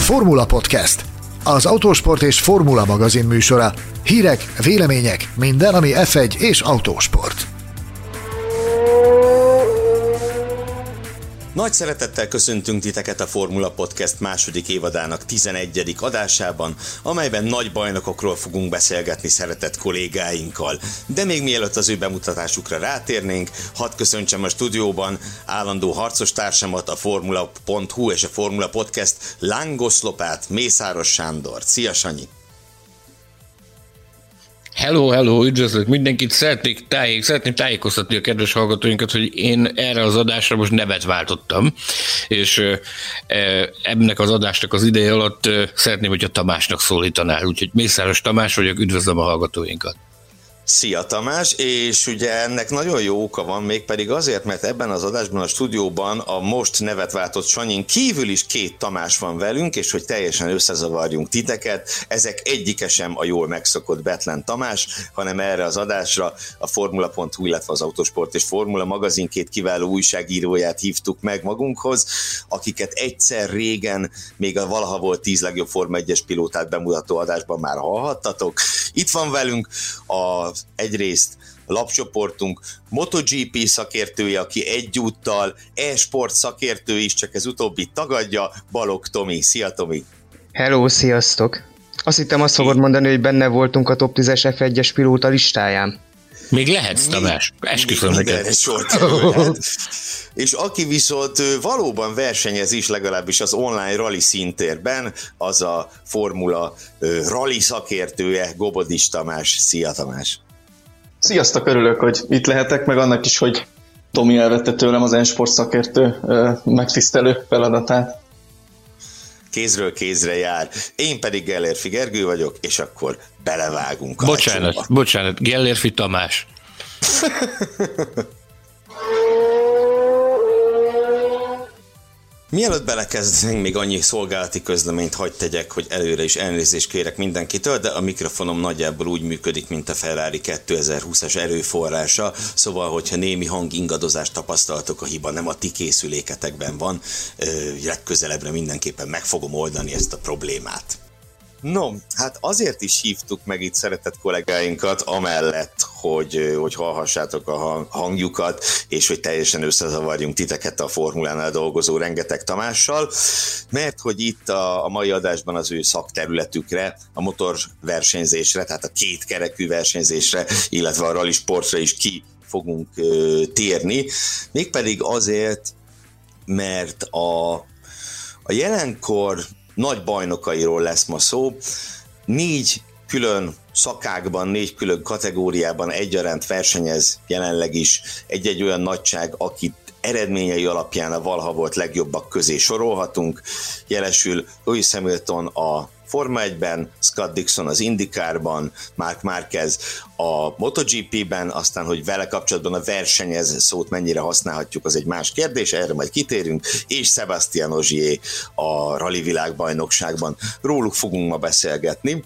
Formula Podcast, az autósport és formula magazin műsora. Hírek, vélemények, minden, ami F1 és autósport. Nagy szeretettel köszöntünk titeket a Formula Podcast második évadának 11. adásában, amelyben nagy bajnokokról fogunk beszélgetni szeretett kollégáinkkal. De még mielőtt az ő bemutatásukra rátérnénk, hadd köszöntsem a stúdióban állandó harcos társamat, a Formula.hu és a Formula Podcast lángoszlopát, Mészáros Sándor. Szia, Sanyi! Hello, üdvözlök mindenkit, szeretném tájékoztatni a kedves hallgatóinkat, hogy én erre az adásra most nevet váltottam, és ennek az adásnak az ideje alatt szeretném, hogy a Tamásnak szólítanál, úgyhogy Mészáros Tamás vagyok, üdvözlöm a hallgatóinkat. Szia Tamás, és ugye ennek nagyon jó oka van, mégpedig azért, mert ebben az adásban a stúdióban a most nevet váltott Sanyin kívül is két Tamás van velünk, és hogy teljesen összezavarjunk titeket, ezek egyike sem a jól megszokott Betlen Tamás, hanem erre az adásra a Formula.hu, illetve az Autosport és Formula magazin két kiváló újságíróját hívtuk meg magunkhoz, akiket egyszer régen, még a valaha volt 10 legjobb Forma 1-es pilótát bemutató adásban már hallhattatok. Itt van velünk egyrészt a lapcsoportunk MotoGP szakértője, aki egyúttal e-sport szakértő is, csak ez utóbbi tagadja, Balogh Tomi. Szia, Tomi! Hello, sziasztok! Azt hittem, azt fogod mondani, hogy benne voltunk a top 10-es F1-es pilóta listáján. Még lehetsz, Tamás. Esküszöm neked. És aki viszont valóban versenyez is, legalábbis az online rally szintérben, az a Formula rally szakértője, Gobodics Tamás. Szia, Tamás! Sziasztok, örülök, hogy itt lehetek, meg annak is, hogy Tomi elvette tőlem az e-sport szakértő megtisztelő feladatát. Kézről kézre jár. Én pedig Gellérfi Gergő vagyok, és akkor belevágunk. Bocsánat, Gellérfi Tamás. Mielőtt belekezdenénk, még annyi szolgálati közleményt hadd tegyek, hogy előre is elnézést kérek mindenkitől, de a mikrofonom nagyjából úgy működik, mint a Ferrari 2020-as erőforrása, szóval, hogyha némi hangingadozást tapasztaltok, a hiba nem a ti készüléketekben van, legközelebbre mindenképpen meg fogom oldani ezt a problémát. No, hát azért is hívtuk meg itt szeretett kollégáinkat, amellett, hogy hallhassátok a hangjukat, és hogy teljesen összezavarjunk titeket a formulánál dolgozó rengeteg Tamással, mert hogy itt a mai adásban az ő szakterületükre, a motorversenyzésre, tehát a kétkerekű versenyzésre, illetve a rally sportra is ki fogunk térni, mégpedig azért, mert a jelenkor nagy bajnokairól lesz ma szó. 4 külön szakákban, 4 külön kategóriában egyaránt versenyez jelenleg is egy-egy olyan nagyság, akit eredményei alapján a valaha volt legjobbak közé sorolhatunk. Jelesül Lewis Hamilton a Forma 1-ben, Scott Dixon az IndyCarban, Marc Márquez a MotoGP-ben, aztán, hogy vele kapcsolatban a versenyez szót mennyire használhatjuk, az egy más kérdés, erre majd kitérünk, és Sébastien Ogier a rally világbajnokságban. Róluk fogunk ma beszélgetni.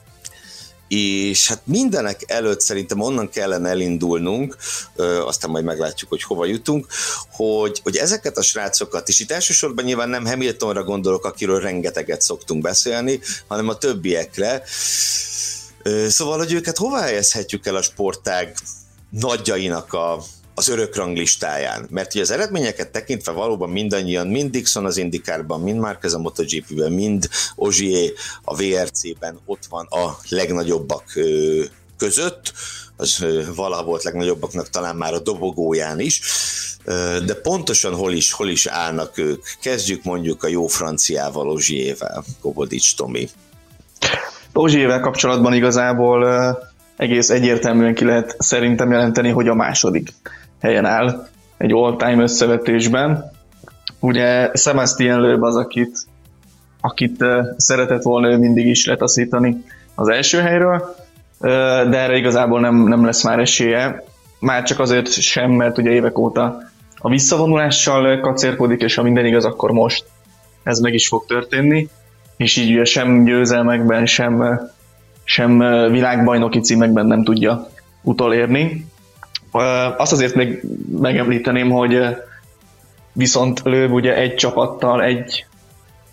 És hát mindenek előtt szerintem onnan kellene elindulnunk, aztán majd meglátjuk, hogy hova jutunk, hogy ezeket a srácokat, és itt elsősorban nyilván nem Hamiltonra gondolok, akiről rengeteget szoktunk beszélni, hanem a többiekre. Szóval, hogy őket hova helyezhetjük el a sportág nagyjainak az örökranglistáján, mert ugye az eredményeket tekintve valóban mindannyian, mind Dixon az IndyCarban, mind Márquez a MotoGP-ben, mind Ogier a VRC-ben ott van a legnagyobbak között, az valaha volt legnagyobbaknak talán már a dobogóján is, de pontosan hol is állnak ők. Kezdjük mondjuk a jó franciával, Ogiervel, Gobodics Tomi. Ogiervel kapcsolatban igazából egész egyértelműen ki lehet szerintem jelenteni, hogy a második helyen áll egy all-time összevetésben. Ugye Sébastien Loeb az, akit szeretett volna ő mindig is letaszítani az első helyről, de erre igazából nem lesz már esélye. Már csak azért sem, mert ugye évek óta a visszavonulással kacérkodik, és ha minden igaz, akkor most ez meg is fog történni, és így ugye sem győzelmekben, sem világbajnoki címekben nem tudja utolérni. Azt azért még megemlíteném, hogy viszont Loeb ugye egy csapattal,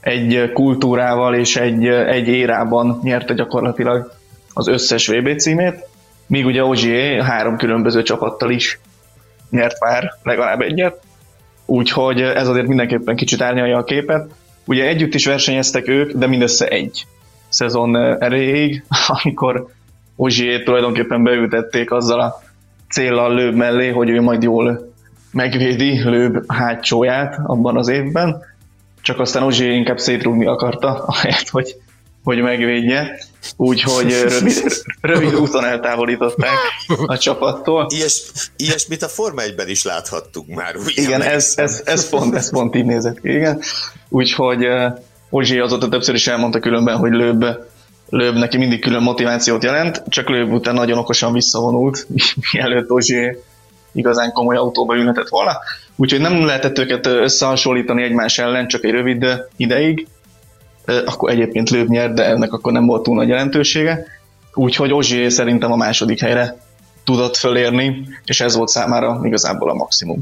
egy kultúrával és egy érában nyerte gyakorlatilag az összes VB címét, míg ugye Ogier 3 különböző csapattal is nyert már legalább egyet, úgyhogy ez azért mindenképpen kicsit árnyalja a képet. Ugye együtt is versenyeztek ők, de mindössze egy szezon erejéig, amikor Ogier tulajdonképpen beültették azzal a céllal Loeb mellé, hogy ő majd jól megvédi Loeb hátsóját abban az évben, csak aztán Ogier inkább szétrúgni akarta, ahelyett, hogy megvédje, úgyhogy rövid úton eltávolították a csapattól. Ilyesmit a Forma 1-ben is láthattuk már. Igen, ez pont így nézett ki, igen. Úgyhogy Ogier azóta többször is elmondta különben, hogy Loeb neki mindig külön motivációt jelent, csak Loeb után nagyon okosan visszavonult, mielőtt Ogier igazán komoly autóba ülhetett volna. Úgyhogy nem lehetett őket összehasonlítani egymás ellen, csak egy rövid ideig. Akkor egyébként Loeb nyert, de ennek akkor nem volt túl nagy jelentősége. Úgyhogy Ogier szerintem a második helyre tudott fölérni, és ez volt számára igazából a maximum.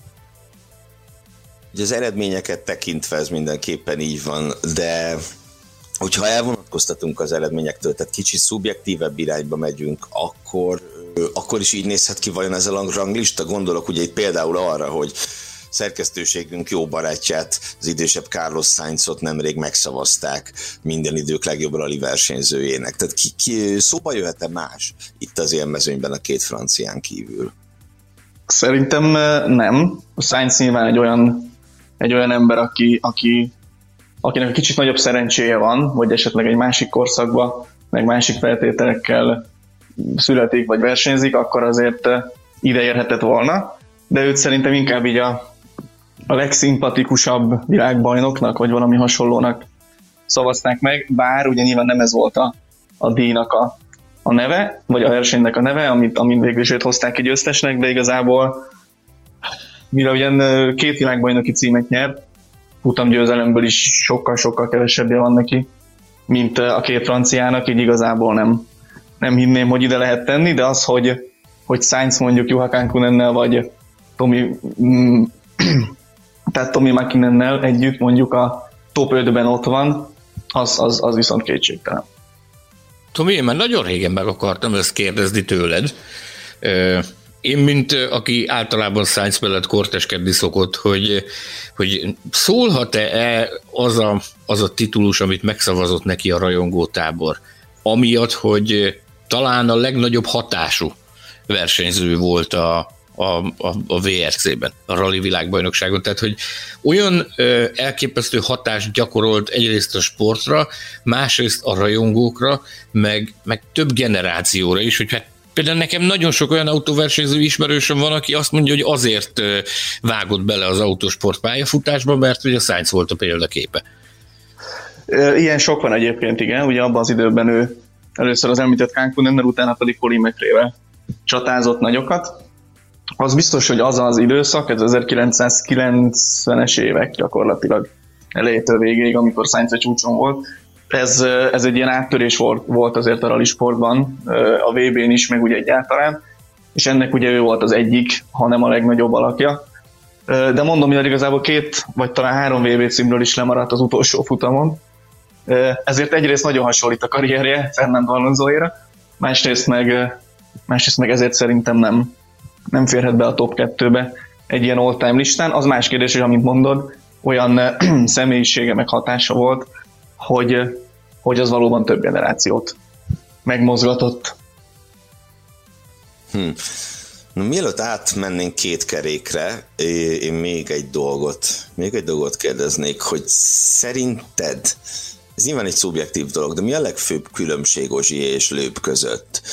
Ugye az eredményeket tekintve ez mindenképpen így van, de hogyha elvonatkoztatunk az eredményektől, tehát kicsit szubjektívebb irányba megyünk, akkor is így nézhet ki vajon ez a ranglista? Gondolok ugye itt például arra, hogy szerkesztőségünk jó barátját, az idősebb Carlos Sainzot nemrég megszavazták minden idők legjobb rally versenyzőjének. Tehát szóba jöhet-e más itt az élmezőnyben a két francián kívül? Szerintem nem. A Sainz nyilván egy olyan ember, akinek egy kicsit nagyobb szerencséje van, vagy esetleg egy másik korszakban, meg másik feltételekkel születik, vagy versenyzik, akkor azért ide érhetett volna. De őt szerintem inkább így a legszimpatikusabb világbajnoknak, vagy valami hasonlónak szavazták meg, bár ugye nyilván nem ez volt a díjnak a neve, vagy a versenynek a neve, amit végül is őt hozták ki győztesnek, de igazából mivel ugyan 2 világbajnoki címet nyert, futamgyőzelemből is sokkal-sokkal kevesebbje van neki, mint a 2 franciának, így igazából nem hinném, hogy ide lehet tenni, de az, hogy Sainz mondjuk Juha Kankkunennel, vagy Tommi Mäkinennel együtt mondjuk a top 5-ben ott van, az viszont kétségtelen. Tomi, én már nagyon régen meg akartam ezt kérdezni tőled. Én, mint aki általában Sainz mellett korteskedni szokott, hogy szólhat-e az a titulus, amit megszavazott neki a rajongótábor, amiatt, hogy talán a legnagyobb hatású versenyző volt a VRC-ben, a rally világbajnokságon. Tehát, hogy olyan elképesztő hatást gyakorolt egyrészt a sportra, másrészt a rajongókra, meg több generációra is, hogy hát például nekem nagyon sok olyan autóversenyző ismerősöm van, aki azt mondja, hogy azért vágott bele az autósport pályafutásba, mert ugye a Sainz volt a példaképe. Ilyen sok van egyébként, igen. Ugye abban az időben ő először az említett Kankkunennel, utána pedig Colin McRae-vel csatázott nagyokat. Az biztos, hogy az időszak, ez 1990-es évek gyakorlatilag elejétől végéig, amikor Sainz a csúcson volt. Ez egy ilyen áttörés volt azért a rally sportban, a VB-n is, meg ugye egyáltalán, és ennek ugye ő volt az egyik, hanem a legnagyobb alakja. De mondom, hogy igazából 2 vagy talán 3 VB címről is lemaradt az utolsó futamon, ezért egyrészt nagyon hasonlít a karrierje Fernando Alonsoéra, másrészt meg ezért szerintem nem férhet be a top 2-be egy ilyen all-time listán. Az más kérdés, hogy amint mondod, olyan személyisége meg hatása volt, hogy az valóban több generációt megmozgatott. Na, mielőtt átmennénk 2 kerékre, én még egy dolgot kérdeznék, hogy szerinted, ez nyilván egy szubjektív dolog, de mi a legfőbb különbség Ogier és Loeb között?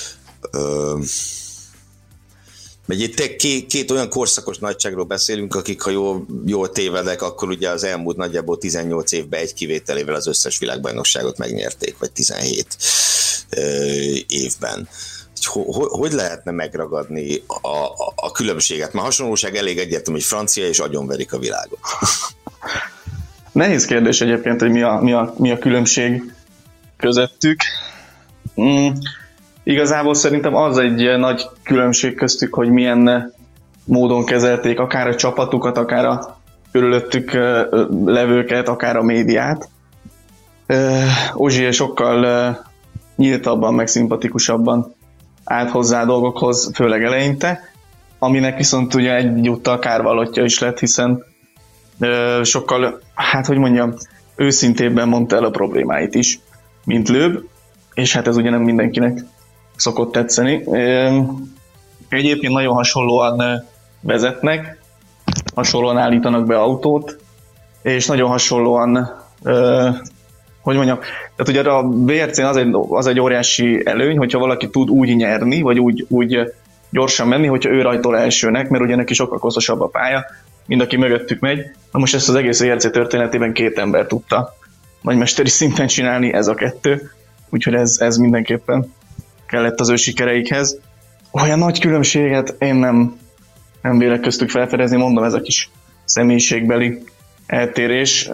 Mert itt 2 olyan korszakos nagyságról beszélünk, akik, ha jól tévedek, akkor ugye az elmúlt nagyjából 18 évben egy kivételével az összes világbajnokságot megnyerték, vagy 17 évben. Hogy lehetne megragadni a különbséget? Már hasonlóság elég egyértelmű, hogy francia és agyonverik a világot. Nehéz kérdés egyébként, hogy mi a különbség közöttük. Igazából szerintem az egy nagy különbség köztük, hogy milyen módon kezelték akár a csapatukat, akár körülöttük levőket, akár a médiát. Ozsi sokkal nyíltabban, meg szimpatikusabban állt hozzá a dolgokhoz, főleg eleinte, aminek viszont ugye egyúttal kárvallottja is lett, hiszen sokkal, őszintébben mondta el a problémáit is, mint Lőb, és hát ez ugye nem mindenkinek szokott tetszeni. Egyébként nagyon hasonlóan vezetnek, hasonlóan állítanak be autót, és nagyon hasonlóan, tehát ugye a VRC-n az egy óriási előny, hogyha valaki tud úgy nyerni, vagy úgy gyorsan menni, hogyha ő rajtol elsőnek, mert ugye neki sokkal koszosabb a pálya, mint aki mögöttük megy. Na most ezt az egész VRC történetében 2 ember tudta nagymesteri szinten csinálni, ez a 2, úgyhogy ez mindenképpen kellett az ő sikereikhez. Olyan nagy különbséget én nem vélek köztük felfedezni, mondom, ez a kis személyiségbeli eltérés,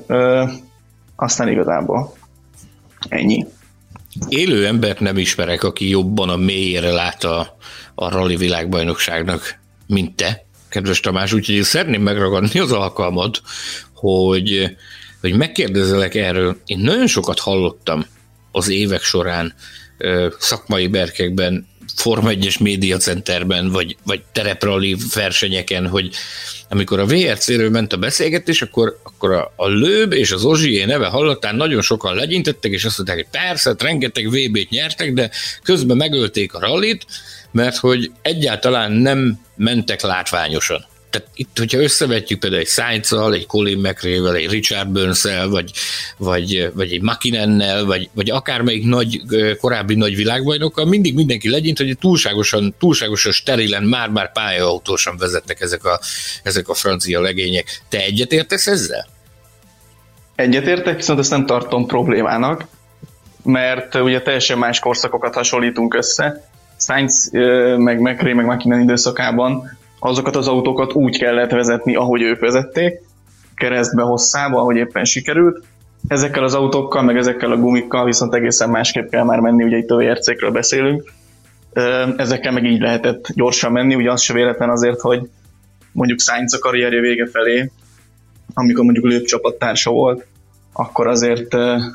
aztán igazából ennyi. Élő embert nem ismerek, aki jobban a mélyére lát a rally világbajnokságnak, mint te, kedves Tamás, úgyhogy szeretném megragadni az alkalmat, hogy megkérdezelek erről. Én nagyon sokat hallottam az évek során szakmai berkekben, Forma 1-es médiacenterben, vagy tereprali versenyeken, hogy amikor a VRC-ről ment a beszélgetés, akkor a Lőb és az Ozsié neve hallatán nagyon sokan legyintettek, és azt mondták, hogy persze, rengeteg VB-t nyertek, de közben megölték a rallit, mert hogy egyáltalán nem mentek látványosan. Tehát itt, hogyha összevetjük például egy Sainz-szal, egy Colin McRae-vel, egy Richard Burns-szel, vagy egy Mäkinennel, vagy akármelyik korábbi nagy világbajnokkal, mindig mindenki legyint, hogy túlságosan sterilen, már pályaautósan vezetnek ezek a francia legények. Te egyetértesz ezzel? Egyetértek, viszont ezt nem tartom problémának, mert ugye teljesen más korszakokat hasonlítunk össze. Sainz, meg McRae, meg Mäkinen időszakában azokat az autókat úgy kellett vezetni, ahogy ők vezették, keresztbe, hosszába, ahogy éppen sikerült. Ezekkel az autókkal, meg ezekkel a gumikkal viszont egészen másképp kell már menni, ugye itt a VRC-kről beszélünk. Ezekkel meg így lehetett gyorsan menni, ugye az se véletlen azért, hogy mondjuk Sainz a karrierje vége felé, amikor mondjuk Lőb csapattársa volt, akkor azért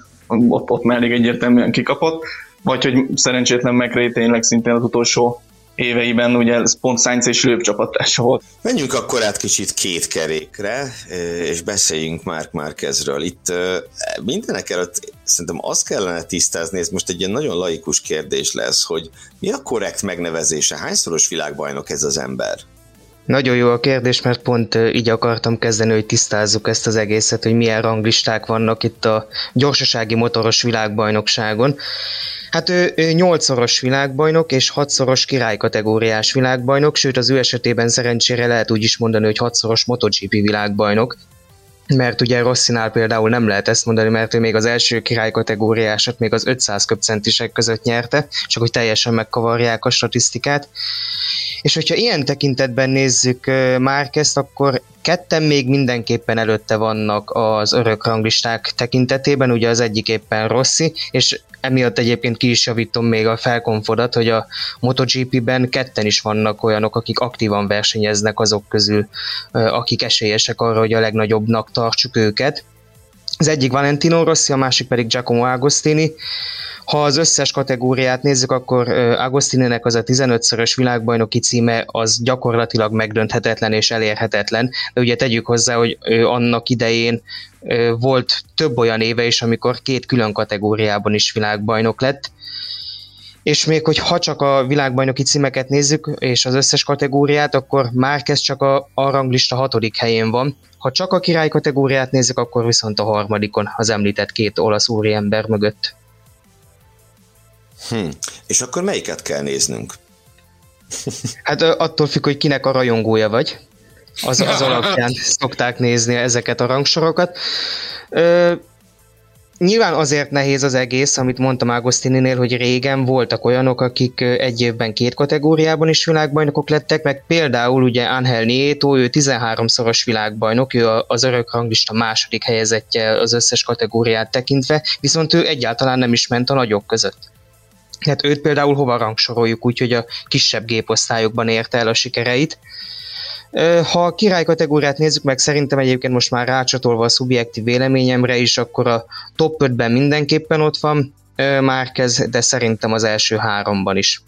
ott már elég egyértelműen kikapott, vagy hogy szerencsétlen McRae tényleg szintén az utolsó éveiben ugye ez pont Sainz és Lőb csapattársa volt. Menjünk akkor át kicsit 2 kerékre, és beszéljünk Marc Márquezről. Itt mindenek előtt szerintem azt kellene tisztázni, ez most egy ilyen nagyon laikus kérdés lesz, hogy mi a korrekt megnevezése? Hányszoros világbajnok ez az ember? Nagyon jó a kérdés, mert pont így akartam kezdeni, hogy tisztázzuk ezt az egészet, hogy milyen ranglisták vannak itt a gyorsasági motoros világbajnokságon. Hát ő 8-szoros világbajnok és 6-szoros királykategóriás világbajnok, sőt az ő esetében szerencsére lehet úgy is mondani, hogy 6-szoros MotoGP világbajnok, mert ugye Rossinál például nem lehet ezt mondani, mert ő még az első királykategóriásat még az 500 köbcentisek között nyerte, csak hogy teljesen megkavarják a statisztikát. És hogyha ilyen tekintetben nézzük Márquezt, akkor 2 még mindenképpen előtte vannak az örök ranglisták tekintetében, ugye az egyik éppen Rossi, és emiatt egyébként ki is javítom még a felkonfodat, hogy a MotoGP-ben 2 is vannak olyanok, akik aktívan versenyeznek azok közül, akik esélyesek arra, hogy a legnagyobbnak tartsuk őket. Az egyik Valentino Rossi, a másik pedig Giacomo Agostini. Ha az összes kategóriát nézzük, akkor Agostininek az a 15-szörös világbajnoki címe az gyakorlatilag megdönthetetlen és elérhetetlen, de ugye tegyük hozzá, hogy annak idején volt több olyan éve is, amikor 2 külön kategóriában is világbajnok lett, és még ha csak a világbajnoki címeket nézzük, és az összes kategóriát, akkor Márquez csak a ranglista 6. helyén van. Ha csak a király kategóriát nézzük, akkor viszont a 3. az említett 2 olasz úriember mögött. És akkor melyiket kell néznünk? Hát attól függ, hogy kinek a rajongója vagy. Az alapján szokták nézni ezeket a rangsorokat. Nyilván azért nehéz az egész, amit mondtam Agostininél, hogy régen voltak olyanok, akik egy évben 2 kategóriában is világbajnokok lettek, meg például ugye Ángel Nieto, ő 13-szoros világbajnok, ő az örök ranglista 2. helyezettje az összes kategóriát tekintve, viszont ő egyáltalán nem is ment a nagyok között. Hát őt például hova rangsoroljuk, úgyhogy a kisebb géposztályokban érte el a sikereit. Ha a király kategóriát nézzük meg, szerintem egyébként most már rácsatolva a szubjektív véleményemre is, akkor a top 5-ben mindenképpen ott van Márquez, de szerintem az első 3-ban is.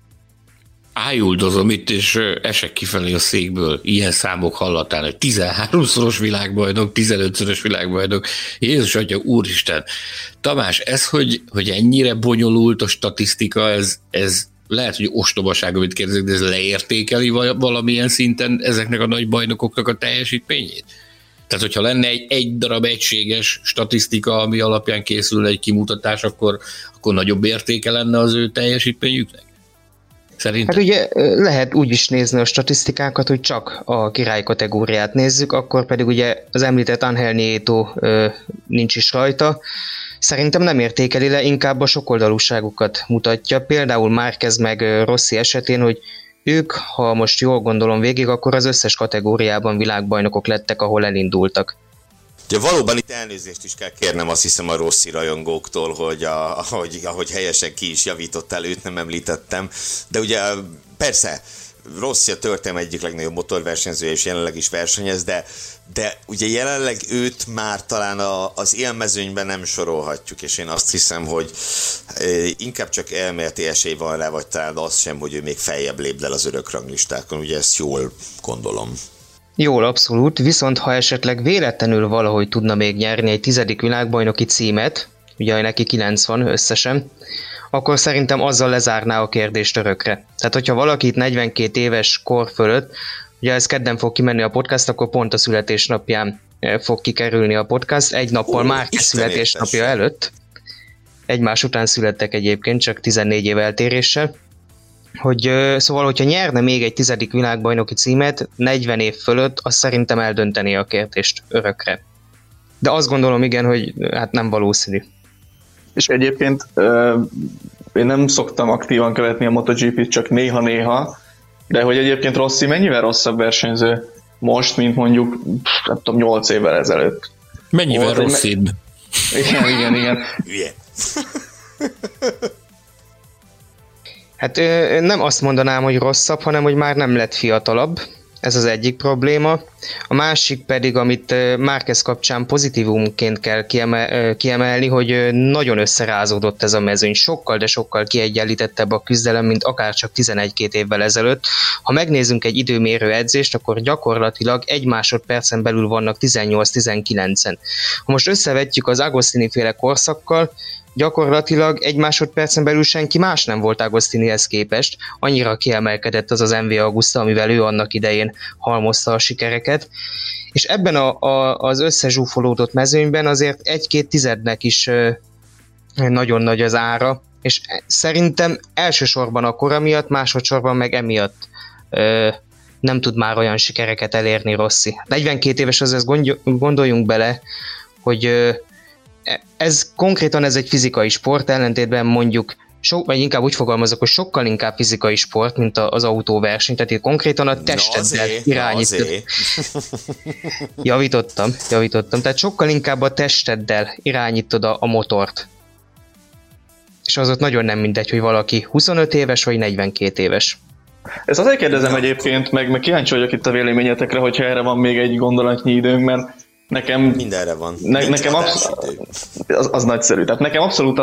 Ájuldozom itt, és esek kifelé a székből ilyen számok hallatán, hogy 13-szoros világbajnok, 15-szörös világbajnok, Jézus Atya, Úristen. Tamás, ez, hogy ennyire bonyolult a statisztika, ez lehet, hogy ostobaság, amit kérdezek, de ez leértékeli valamilyen szinten ezeknek a nagy bajnokoknak a teljesítményét? Tehát, hogyha lenne egy darab egységes statisztika, ami alapján készül egy kimutatás, akkor nagyobb értéke lenne az ő teljesítményüknek? Szerintem. Hát ugye lehet úgy is nézni a statisztikákat, hogy csak a király kategóriát nézzük, akkor pedig ugye az említett Ángel Nieto nincs is rajta. Szerintem nem értékeli le, inkább a sokoldalúságukat mutatja. Például Márquez meg Rossi esetén, hogy ők, ha most jól gondolom végig, akkor az összes kategóriában világbajnokok lettek, ahol elindultak. Ja, valóban itt elnézést is kell kérnem, azt hiszem, a Rossi rajongóktól, hogy ahogy helyesen ki is javítottál, őt nem említettem. De ugye persze, Rossi a történelem egyik legnagyobb motorversenyzője, és jelenleg is versenyez, de ugye jelenleg őt már talán az élmezőnyben nem sorolhatjuk, és én azt hiszem, hogy inkább csak elméleti esély van rá, vagy talán az sem, hogy ő még feljebb lép el az örök ranglistákon, ugye ezt jól gondolom. Jól, abszolút, viszont ha esetleg véletlenül valahogy tudna még nyerni egy 10. világbajnoki címet, ugye neki 90 összesen, akkor szerintem azzal lezárná a kérdést örökre. Tehát, hogyha valaki itt 42 éves kor fölött, ugye ez kedden fog kimenni a podcast, akkor pont a születésnapján fog kikerülni a podcast, egy nappal Márquez születésnapja előtt. Egymás után születtek egyébként, csak 14 év eltéréssel. Szóval, hogyha nyerne még egy 10. világbajnoki címet 40 év fölött, az szerintem eldönteni a kérdést örökre. De azt gondolom, igen, hogy hát nem valószínű. És egyébként én nem szoktam aktívan követni a MotoGP-t, csak néha-néha, de hogy egyébként Rossi mennyivel rosszabb versenyző most, mint mondjuk, nem tudom, 8 évvel ezelőtt. Mennyivel rosszabb? Igen. Hülye. Hát nem azt mondanám, hogy rosszabb, hanem hogy már nem lett fiatalabb. Ez az egyik probléma. A másik pedig, amit Márquez kapcsán pozitívumként kell kiemelni, hogy nagyon összerázódott ez a mezőny. Sokkal, de sokkal kiegyenlítettebb a küzdelem, mint akár csak 11-2 évvel ezelőtt. Ha megnézzünk egy időmérő edzést, akkor gyakorlatilag 1 másodpercen belül vannak 18-19-en. Ha most összevetjük az Agostini-féle korszakkal, gyakorlatilag 1 másodpercen belül senki más nem volt Agostinihez képest, annyira kiemelkedett az MV Agusta, amivel ő annak idején halmozta a sikereket, és ebben az összezsúfolódott mezőnyben azért 1-2 tizednek is nagyon nagy az ára, és szerintem elsősorban a kora miatt, másodszorban meg emiatt nem tud már olyan sikereket elérni Rossi. 42 éves, azért gondoljunk bele, hogy ez konkrétan ez egy fizikai sport, ellentétben mondjuk, vagy inkább úgy fogalmazok, hogy sokkal inkább fizikai sport, mint az autóverseny, tehát itt konkrétan a testeddel irányítod. Javítottam, tehát sokkal inkább a testeddel irányítod a motort. És az ott nagyon nem mindegy, hogy valaki 25 éves vagy 42 éves. Ezt azért kérdezem egyébként, meg kíváncsi vagyok itt a véleményetekre, hogyha erre van még egy gondolatnyi időnk, mert nekem... Mindenre van. Nekem az nagyszerű. Tehát nekem abszolút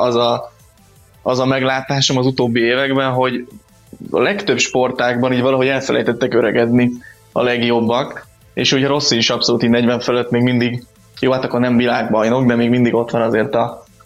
az a meglátásom az utóbbi években, hogy a legtöbb sportágban így valahogy elfelejtettek öregedni a legjobbak, és ugye Rossi is abszolút így 40 fölött még mindig, jó, hát akkor nem világbajnok, de még mindig ott van azért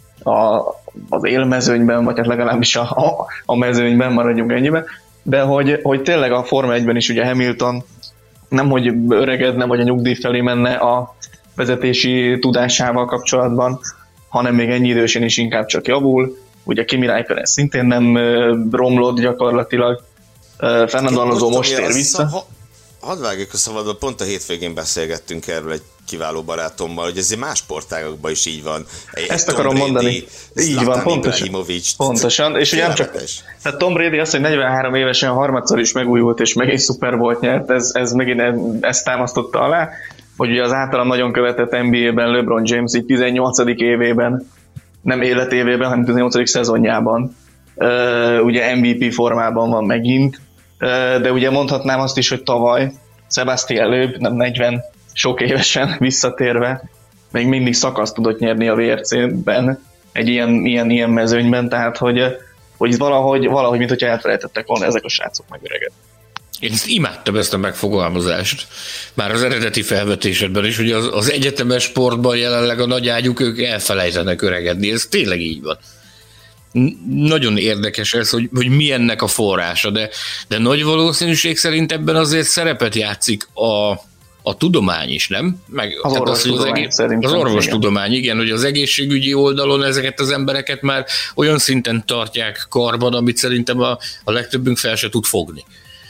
az élmezőnyben, vagy hát legalábbis a mezőnyben, maradjunk ennyiben, de hogy tényleg a Forma 1-ben is ugye Hamilton nem hogy öregedne, vagy a nyugdíj felé menne a vezetési tudásával kapcsolatban, hanem még ennyi idősen is inkább csak javul. Ugye Kimi Räikkönen szintén nem romlott gyakorlatilag. Fernando Alonso most tér vissza. Hadd vágjuk a szabadba, pont a hétvégén beszélgettünk erről egy kiváló barátommal, hogy ez más sportágokban is így van. Ezt akarom mondani. Így van, pontosan. És ugye nem csak tehát Tom Brady azt, hogy 43 évesen harmadszor is megújult, és megint Super Bowl-t nyert, ez megint ezt támasztotta alá, hogy ugye az általam nagyon követett NBA-ben LeBron James így 18. évében, nem életévében, hanem 18. szezonjában ugye MVP formában van megint, de ugye mondhatnám azt is, hogy tavaly Sebastian előbb, nem 40 sok évesen visszatérve, még mindig szakaszt tudott nyerni a WRC-ben, egy ilyen mezőnyben, tehát hogy valahogy mint hogyha elfelejtettek volna ezek a srácok megöregedni. Én imádtam ezt a megfogalmazást, már az eredeti felvetésedben is, hogy az egyetemes sportban jelenleg a nagyágyuk, ők elfelejtenek öregedni, ez tényleg így van. Nagyon érdekes ez, hogy mi ennek a forrása, de nagy valószínűség szerint ebben azért szerepet játszik a tudomány is, nem? Meg az orvostudomány, igen, hogy az egészségügyi oldalon ezeket az embereket már olyan szinten tartják karban, amit szerintem a legtöbbünk fel se tud fogni.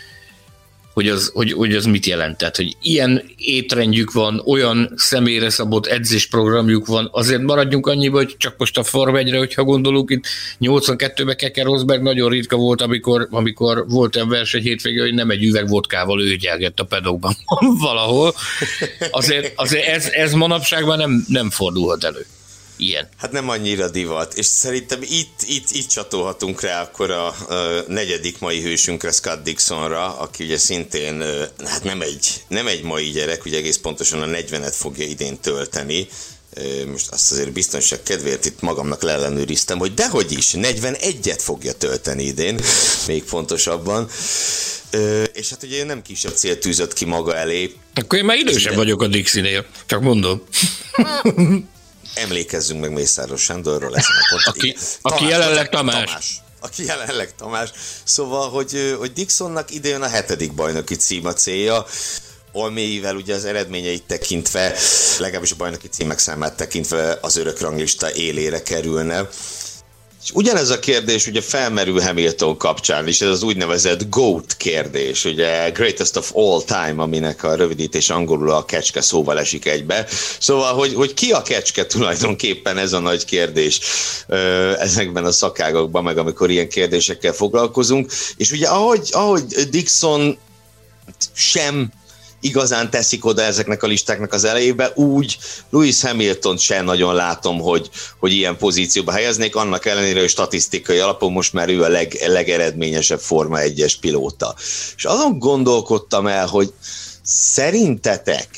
Hogy az mit jelent. Tehát, hogy ilyen étrendjük van, olyan személyre szabott edzésprogramjuk van, azért maradjunk annyiba, hogy csak most a Forma 1-re, hogyha gondolunk, itt 82-ben Keke Rosberg nagyon ritka volt, amikor volt egy verseny hétvége, hogy nem egy üveg vodkával ő gyelgett a pedokban valahol. Azért ez manapság már nem fordulhat elő. Ilyen. Hát nem annyira divat, és szerintem itt csatolhatunk rá akkor a negyedik mai hősünkre, Scott Dixonra, aki ugye szintén, hát nem egy mai gyerek, ugye egész pontosan a 40-et fogja idén tölteni. Most azt azért biztonság kedvéért itt magamnak leellenőriztem, hogy dehogy is, 41-et fogja tölteni idén, még pontosabban. És hát ugye nem kisebb célt tűzött ki maga elé. Akkor én már idősebb vagyok a Dixinél, csak mondom. Emlékezzünk meg Mészáros Sándorról ezen a ponton. Aki jelenleg Tamás. Aki jelenleg Tamás. Szóval, hogy Dixonnak idejön a 7. bajnoki cím a célja, Alméivel ugye az eredményeit tekintve, legalábbis a bajnoki címek számát tekintve az örökranglista élére kerülne. És ugyanez a kérdés ugye felmerül Hamilton kapcsán is, ez az úgynevezett GOAT kérdés, ugye Greatest of All Time, aminek a rövidítés angolul a kecske szóval esik egybe. Szóval, hogy ki a kecske tulajdonképpen, ez a nagy kérdés ezekben a szakágokban, meg amikor ilyen kérdésekkel foglalkozunk. És ugye ahogy Dixon sem igazán teszik oda ezeknek a listáknak az elejébe, úgy Lewis Hamiltont sem nagyon látom, hogy ilyen pozícióba helyeznék, annak ellenére, hogy statisztikai alapon most már ő a legeredményesebb Forma 1-es pilóta. És azon gondolkodtam el, hogy szerintetek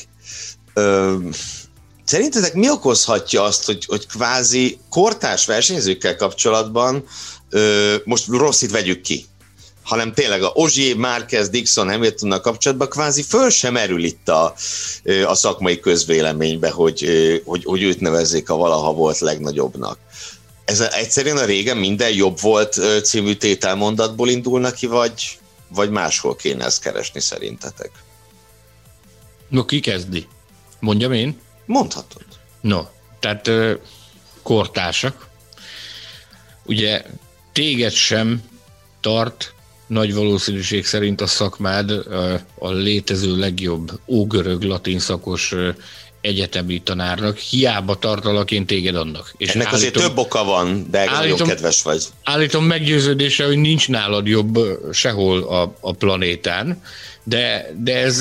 mi okozhatja azt, hogy kvázi kortárs versenyzőkkel kapcsolatban, most Rossit vegyük ki, hanem tényleg a Ogier, Márquez, Dixon, Hamiltonnal kapcsolatban kvázi föl sem merül itt a szakmai közvéleménybe, hogy őt nevezzék a valaha volt legnagyobbnak. Ez egyszerűen a régen minden jobb volt című tételmondatból indulnak ki, vagy máshol kéne ezt keresni szerintetek? No, ki kezdi? Mondjam én? Mondhatod. No, tehát kortársak. Ugye téged sem tart nagy valószínűség szerint a szakmád a létező legjobb ógörög latin szakos egyetemi tanárnak, hiába tartalak én téged annak. És ennek azért több oka van, de nagyon kedves vagy. Állítom meggyőződése, hogy nincs nálad jobb sehol a planétán, de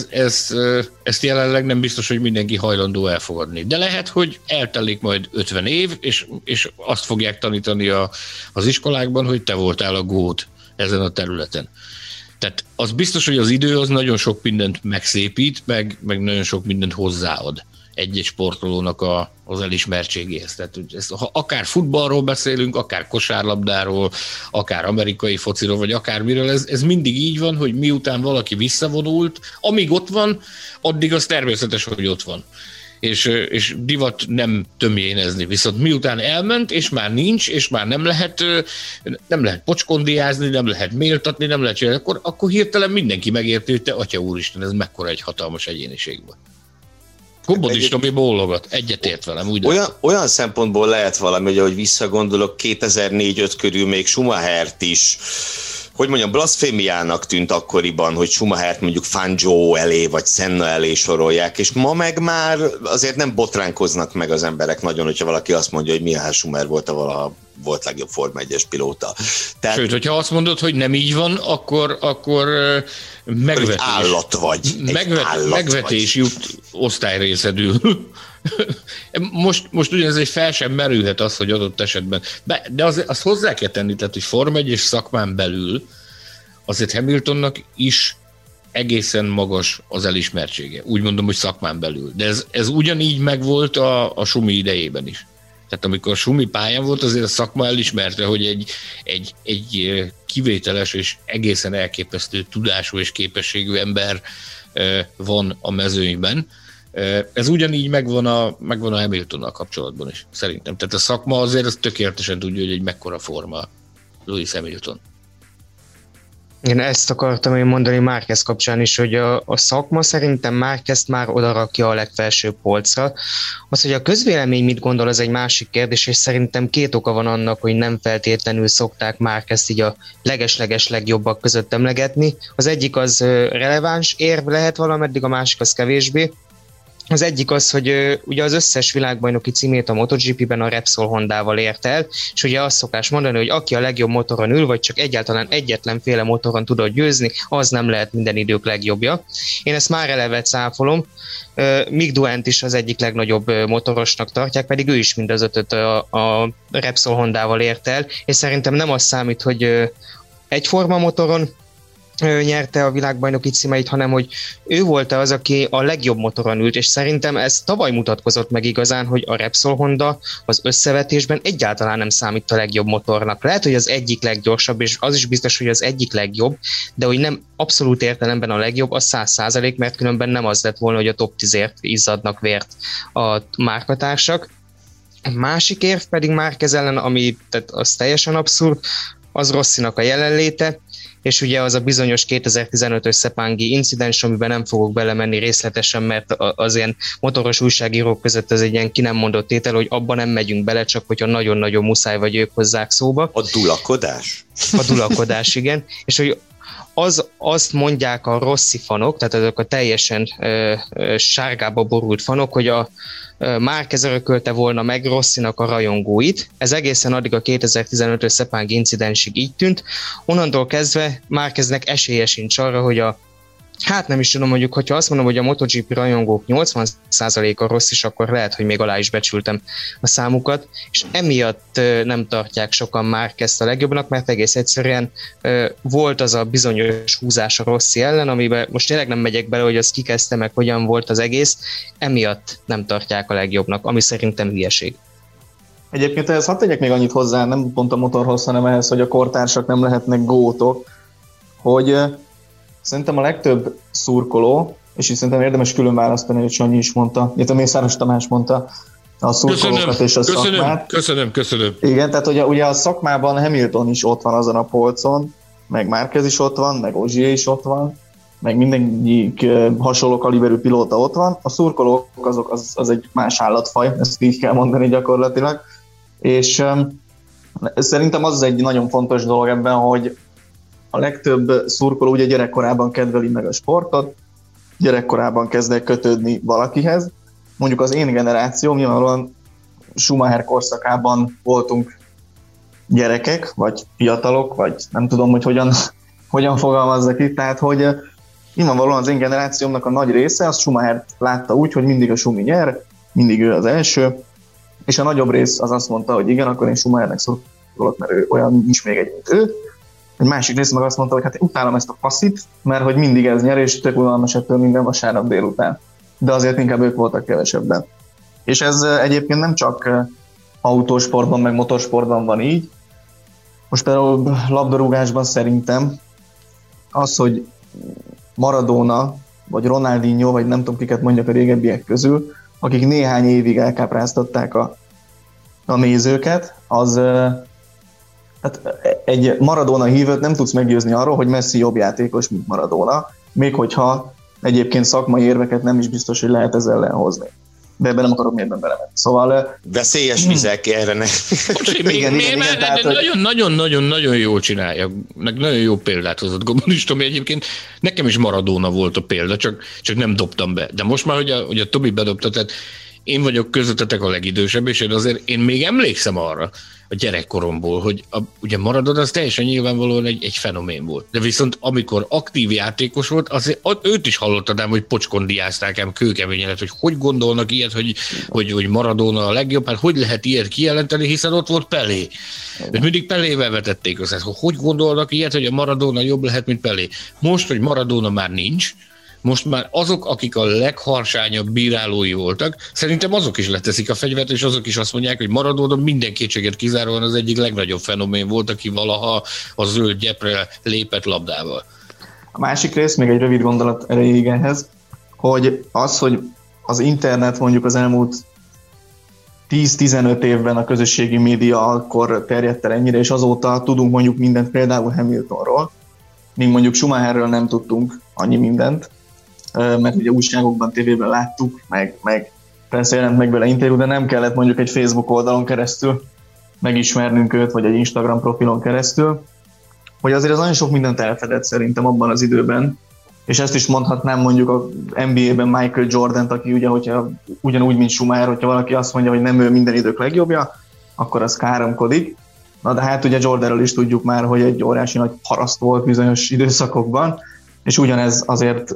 ezt jelenleg nem biztos, hogy mindenki hajlandó elfogadni. De lehet, hogy eltelik majd 50 év, és azt fogják tanítani az iskolákban, hogy te voltál a gót ezen a területen. Tehát az biztos, hogy az idő az nagyon sok mindent megszépít, meg nagyon sok mindent hozzáad egy-egy sportolónak az elismertségéhez. Tehát ha akár futballról beszélünk, akár kosárlabdáról, akár amerikai fociról, vagy akármiről, ez mindig így van, hogy miután valaki visszavonult, amíg ott van, addig az természetes, hogy ott van. És divat nem tömjénezni. Viszont miután elment, és már nincs, és már nem lehet pocskondiázni, nem lehet méltatni, nem lehet csinálni, akkor hirtelen mindenki megérti, hogy te atya úristen, ez mekkora egy hatalmas egyéniség van. Gombod is Tomi bólogat, egyetért velem. Olyan szempontból lehet valami, hogy ahogy visszagondolok, 2004-5 körül még Schumachert is, hogy mondjam, blaszfémiának tűnt akkoriban, hogy Schumachert mondjuk Fangio elé, vagy Senna elé sorolják, és ma meg már azért nem botránkoznak meg az emberek nagyon, hogyha valaki azt mondja, hogy Michael Schumacher volt a valaha volt legjobb Forma 1-es pilóta. Tehát, sőt, hogyha azt mondod, hogy nem így van, akkor megvetés. Állat vagy. Megvetés jut osztályrészedül. Most ugyanez egy fel sem merülhet az, hogy adott esetben. De azt hozzá kell tenni, tehát, hogy Forma 1-es szakmán belül azért Hamiltonnak is egészen magas az elismertsége. Úgy mondom, hogy szakmán belül. De ez ugyanígy megvolt a Sumi idejében is. Tehát amikor Sumi pályán volt, azért a szakma elismerte, hogy egy kivételes és egészen elképesztő tudású és képességű ember van a mezőnyben. Ez ugyanígy megvan a Hamiltonnal kapcsolatban is, szerintem. Tehát a szakma azért az tökéletesen tudja, hogy egy mekkora forma Lewis Hamilton. Én ezt akartam én mondani Márquez kapcsán is, hogy a szakma szerintem Márquezt már odarakja a legfelsőbb polcra. Az, hogy a közvélemény mit gondol, az egy másik kérdés, és szerintem két oka van annak, hogy nem feltétlenül szokták Márquezt így a leges-leges legjobbak között emlegetni. Az egyik az releváns érv lehet valameddig, a másik az kevésbé. Az egyik az, hogy ugye az összes világbajnoki címét a MotoGP-ben a Repsol Hondával ért el, és ugye azt szokás mondani, hogy aki a legjobb motoron ül, vagy csak egyáltalán egyetlenféle motoron tudod győzni, az nem lehet minden idők legjobbja. Én ezt már eleve cáfolom. Mick Duant is az egyik legnagyobb motorosnak tartják, pedig ő is mind az ötöt a Repsol Hondával ért el, és szerintem nem az számít, hogy egyforma motoron nyerte a világbajnoki címeit, hanem hogy ő volt az, aki a legjobb motoron ült, és szerintem ez tavaly mutatkozott meg igazán, hogy a Repsol Honda az összevetésben egyáltalán nem számít a legjobb motornak. Lehet, hogy az egyik leggyorsabb, és az is biztos, hogy az egyik legjobb, de hogy nem abszolút értelemben a legjobb, az 100%, mert különben nem az lett volna, hogy a top 10-ért izzadnak vért a márkatársak. A másik érv pedig Márquez ellen, ami tehát az teljesen abszurd, az Rossinak a jelenléte, és ugye az a bizonyos 2015-ös Sepanghi incidens, amiben nem fogok belemenni részletesen, mert az ilyen motoros újságírók között ez egy ilyen ki nem mondott tétel, hogy abban nem megyünk bele, csak hogyha nagyon-nagyon muszáj vagy ők hozzák szóba. A dulakodás? A dulakodás, igen. És hogy azt mondják a Rossi fanok, tehát azok a teljesen sárgába borult fanok, hogy a Márquez örökölte volna meg Rossinak a rajongóit. Ez egészen addig a 2015-ös Sepanghi incidensig így tűnt. Onnantól kezdve Márqueznek esélye sincs arra, hogy hát nem is tudom, mondjuk, hogyha azt mondom, hogy a MotoGP rajongók 80%-a rossz is, akkor lehet, hogy még alá is becsültem a számukat, és emiatt nem tartják sokan Márquezt a legjobbnak, mert egész egyszerűen volt az a bizonyos húzás a Rossi ellen, amiben most tényleg nem megyek bele, hogy az kikezdte meg, hogyan volt az egész, emiatt nem tartják a legjobbnak, ami szerintem hülyeség. Egyébként ehhez hadd tegyek még annyit hozzá, nem pont a motorhoz, hanem ehhez, hogy a kortársak nem lehetnek gótok, hogy szerintem a legtöbb szurkoló, és így szerintem érdemes külön választani, hogy Sanyi is mondta, illetve Mészáros Tamás mondta a szurkolókat és a szakmát. Köszönöm. Igen, tehát ugye a szakmában Hamilton is ott van azon a polcon, meg Márquez is ott van, meg Ogier is ott van, meg mindenki hasonló kaliberű pilóta ott van. A szurkolók az egy más állatfaj, ezt így kell mondani gyakorlatilag. És szerintem az egy nagyon fontos dolog ebben, hogy a legtöbb szurkoló ugye gyerekkorában kedveli meg a sportot, gyerekkorában kezd el kötődni valakihez. Mondjuk az én generációm, nyilvánvalóan Schumacher korszakában voltunk gyerekek, vagy fiatalok, vagy nem tudom, hogy hogyan fogalmazzak itt, tehát hogy nyilvánvalóan az én generációmnak a nagy része az Schumacher látta úgy, hogy mindig a Schumi nyer, mindig ő az első, és a nagyobb rész az azt mondta, hogy igen, akkor én Schumachernek szurkolok, mert ő olyan nincs még egy, mint ő. Egy másik rész meg azt mondta, hogy hát én utálom ezt a passzit, mert hogy mindig ez nyer, és tök unalmas ettől minden vasárnap délután. De azért inkább ők voltak kevesebben. És ez egyébként nem csak autósportban, meg motorsportban van így. Most például labdarúgásban szerintem az, hogy Maradona, vagy Ronaldinho, vagy nem tudom, kiket mondjak a régebbiek közül, akik néhány évig elkápráztatták a nézőket, az hát egy Maradona hívőt nem tudsz meggyőzni arról, hogy Messi jobb játékos, mint Maradona, még hogyha egyébként szakmai érveket nem is biztos, hogy lehet ezzel lehozni. De ebben nem akarok mérben belemenni. Szóval... Veszélyes vizek erre ne. Nagyon jól csinálja. Nagyon jó példát hozott Gombonics Tomi. Egyébként nekem is Maradona volt a példa, csak nem dobtam be. De most már, hogy a Tomi bedobta, tehát én vagyok közöttetek a legidősebb, és én még emlékszem arra a gyerekkoromból, hogy ugye Maradona az teljesen nyilvánvalóan egy fenomén volt. De viszont amikor aktív játékos volt, azért őt is hallottad ám, hogy pocskondiázták ám kőkeményen, hogy gondolnak ilyet, hogy Maradona a legjobb, hát hogy lehet ilyet kijelenteni, hiszen ott volt Pelé. És mindig Pelével vetették össze, hogy gondolnak ilyet, hogy a Maradona jobb lehet, mint Pelé. Most, hogy Maradona már nincs, most már azok, akik a legharsányabb bírálói voltak, szerintem azok is leteszik a fegyvert, és azok is azt mondják, hogy Maradona minden kétséget kizáróan az egyik legnagyobb fenomén volt, aki valaha a zöld gyepre lépett labdával. A másik rész, még egy rövid gondolat erejéig ehhez, hogy az internet mondjuk az elmúlt 10-15 évben a közösségi média akkor terjedt el ennyire, és azóta tudunk mondjuk mindent például Hamiltonról, míg mondjuk Schumacherről nem tudtunk annyi mindent, mert ugye újságokban, tévében láttuk, meg persze jelent meg vele interjú, de nem kellett mondjuk egy Facebook oldalon keresztül megismernünk őt, vagy egy Instagram profilon keresztül, hogy azért az nagyon sok mindent elfedett szerintem abban az időben, és ezt is mondhatnám mondjuk a NBA-ben Michael Jordant, aki ugye, hogyha ugyanúgy, mint Schumacher, hogyha valaki azt mondja, hogy nem ő minden idők legjobbja, akkor az káromkodik. Na de hát ugye Jordanről is tudjuk már, hogy egy óriási nagy paraszt volt bizonyos időszakokban, és ugyanez azért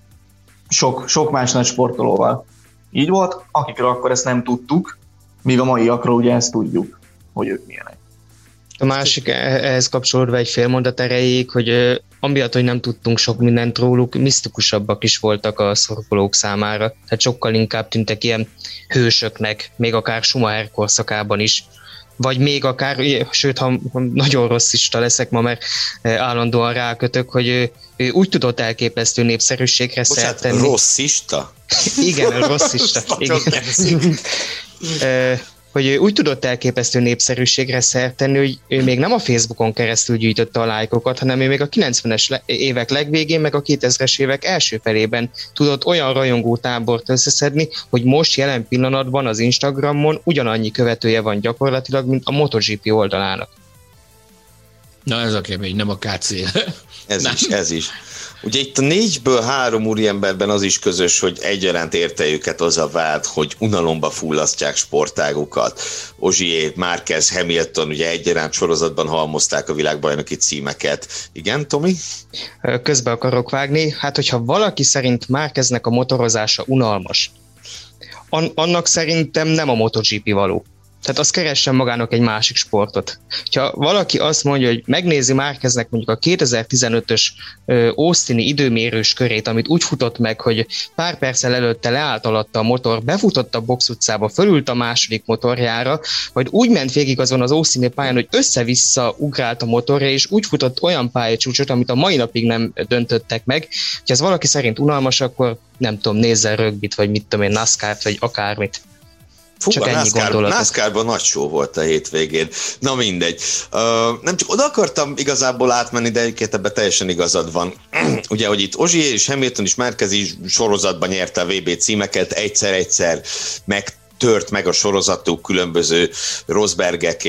sok más nagy sportolóval így volt, akikről akkor ezt nem tudtuk, míg a maiakról ugye ezt tudjuk, hogy ők milyenek. A másik ehhez kapcsolódva egy fél mondat erejéig, hogy amiatt, hogy nem tudtunk sok mindent róluk, misztikusabbak is voltak a szurkolók számára, tehát sokkal inkább tűntek ilyen hősöknek, még akár Schumacher korszakában is, vagy még akár, sőt, ha nagyon rasszista leszek ma, mert állandóan rákötök, hogy ő úgy tudott elképesztő népszerűségre szert tenni. Rosszista? Igen, rasszista. Igen. Hogy úgy tudott elképesztő népszerűségre szert tenni, hogy ő még nem a Facebookon keresztül gyűjtötte a lájkokat, hanem ő még a 90-es évek legvégén, meg a 2000-es évek első felében tudott olyan rajongó tábort összeszedni, hogy most jelen pillanatban az Instagramon ugyanannyi követője van gyakorlatilag, mint a MotoGP oldalának. Na ez a kemény, nem a KC. Ez is. Ugye itt a 4-ből 3 úriemberben az is közös, hogy egyaránt érte őket az a vád, hogy unalomba fullasztják sportágukat. Ogier, Márquez, Hamilton ugye egyaránt sorozatban halmozták a világbajnoki címeket. Igen, Tomi? Közbe akarok vágni. Hát, hogyha valaki szerint Márqueznek a motorozása unalmas, annak szerintem nem a MotoGP való. Tehát az keressen magának egy másik sportot. Ha valaki azt mondja, hogy megnézi Márqueznek mondjuk a 2015-ös Austini időmérős körét, amit úgy futott meg, hogy pár perccel előtte leállt alatta a motor, befutott a box utcába, fölült a második motorjára, majd úgy ment végig azon az Austini pályán, hogy össze-vissza ugrált a motorja, és úgy futott olyan pályacsúcsot, amit a mai napig nem döntöttek meg. Ha ez valaki szerint unalmas, akkor nem tudom, nézzen rögbit, vagy mit tudom én, NASCAR-t, vagy akármit. Fú, a NASCAR-ban nagy show volt a hétvégén. Na mindegy. Nem csak oda akartam igazából átmenni, de egyébként ebben teljesen igazad van. Ugye, hogy itt Ogier és Hamilton is Márquez is sorozatban nyerte a VB címeket, egyszer-egyszer tört meg a sorozatuk különböző Rosbergek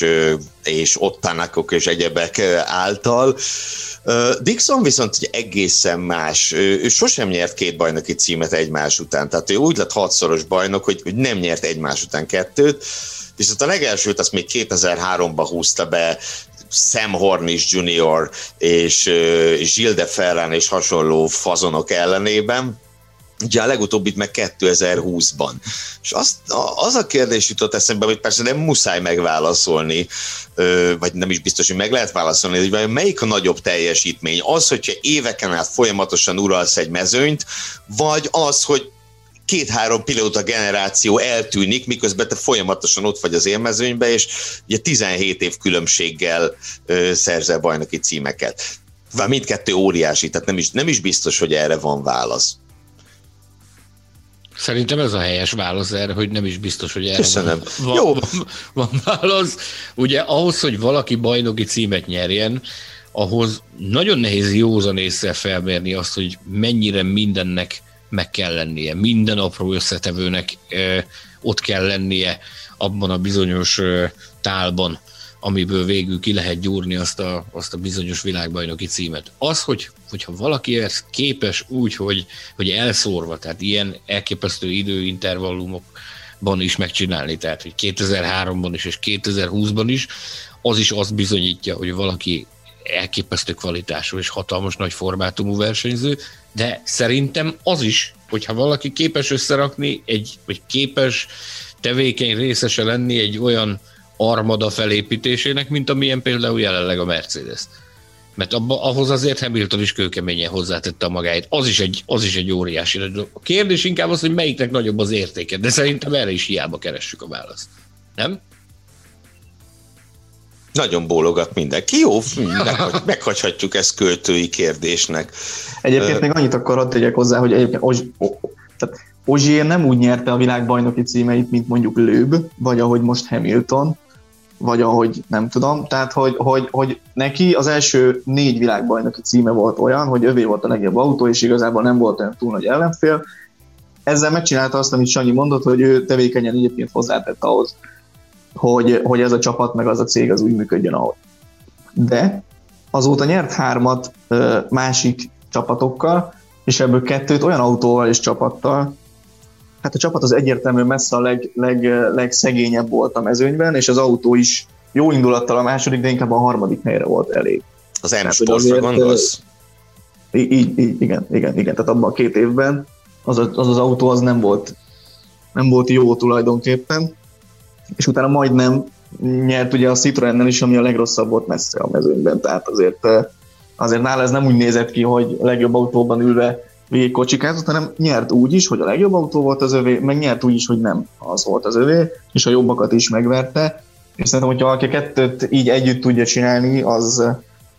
és Ottanakok és egyebek által. Dixon viszont ugye egészen más. Ő sosem nyert 2 bajnoki címet egymás után. Tehát ő úgy lett 6-szoros bajnok, hogy nem nyert egymás után 2, viszont a legelsőt azt még 2003-ban húzta be Sam Hornish Jr. és Gilles de Ferran és hasonló fazonok ellenében. Ugye a legutóbbit meg 2020-ban. És az a kérdés jutott eszembe, hogy persze nem muszáj megválaszolni, vagy nem is biztos, hogy meg lehet válaszolni, hogy melyik a nagyobb teljesítmény? Az, hogyha éveken át folyamatosan uralsz egy mezőnyt, vagy az, hogy 2-3 pilóta generáció eltűnik, miközben te folyamatosan ott vagy az élmezőnybe, és ugye 17 év különbséggel szerzel bajnoki címeket. Mindkettő óriási, tehát nem is biztos, hogy erre van válasz. Szerintem ez a helyes válasz erre, hogy nem is biztos, hogy erre van válasz. Ugye ahhoz, hogy valaki bajnoki címet nyerjen, ahhoz nagyon nehéz józan észre felmérni azt, hogy mennyire mindennek meg kell lennie, minden apró összetevőnek ott kell lennie abban a bizonyos tálban, amiből végül ki lehet gyúrni azt a bizonyos világbajnoki címet. Az, hogyha valaki ezt képes úgy, hogy elszórva, tehát ilyen elképesztő időintervallumokban is megcsinálni, tehát hogy 2003-ban is és 2020-ban is, az is azt bizonyítja, hogy valaki elképesztő kvalitású és hatalmas nagy formátumú versenyző, de szerintem az is, hogyha valaki képes összerakni vagy képes tevékeny részese lenni egy olyan armada felépítésének, mint amilyen például jelenleg a Mercedes. Mert ahhoz azért Hamilton is kőkeményen hozzátette a magáit. Az is egy óriási. A kérdés inkább az, hogy melyiknek nagyobb az értéke, de szerintem erre is hiába keressük a választ. Nem? Nagyon bólogat mindenki. Jó, meghagyhatjuk ezt költői kérdésnek. Egyébként még annyit akkor hadd tegyek hozzá, hogy egyébként Ogier nem úgy nyerte a világbajnoki címeit, mint mondjuk Loeb, vagy ahogy most Hamilton, vagy ahogy nem tudom. Tehát, hogy neki az első 4 világbajnoki címe volt olyan, hogy övé volt a legjobb autó, és igazából nem volt olyan túl nagy ellenfél. Ezzel megcsinálta azt, amit Sanyi mondott, hogy ő tevékenyen egyébként hozzátett ahhoz, hogy ez a csapat meg az a cég az úgy működjön, ahogy. De azóta nyert 3 másik csapatokkal, és ebből 2 olyan autóval és csapattal. Hát a csapat az egyértelműen messze a legszegényebb volt a mezőnyben, és az autó is jó indulattal a második, de inkább a 3. helyre volt elég. Az M-Sportra gondolsz? Igen. Tehát abban a 2 évben az autó az nem volt jó tulajdonképpen, és utána majdnem nyert ugye a Citroennel is, ami a legrosszabb volt messze a mezőnyben, tehát azért nála ez nem úgy nézett ki, hogy a legjobb autóban ülve végigkocsikázott, hanem nyert úgy is, hogy a legjobb autó volt az övé, meg nyert úgy is, hogy nem az volt az övé, és a jobbakat is megverte, és szerintem, hogyha valaki 2 így együtt tudja csinálni, az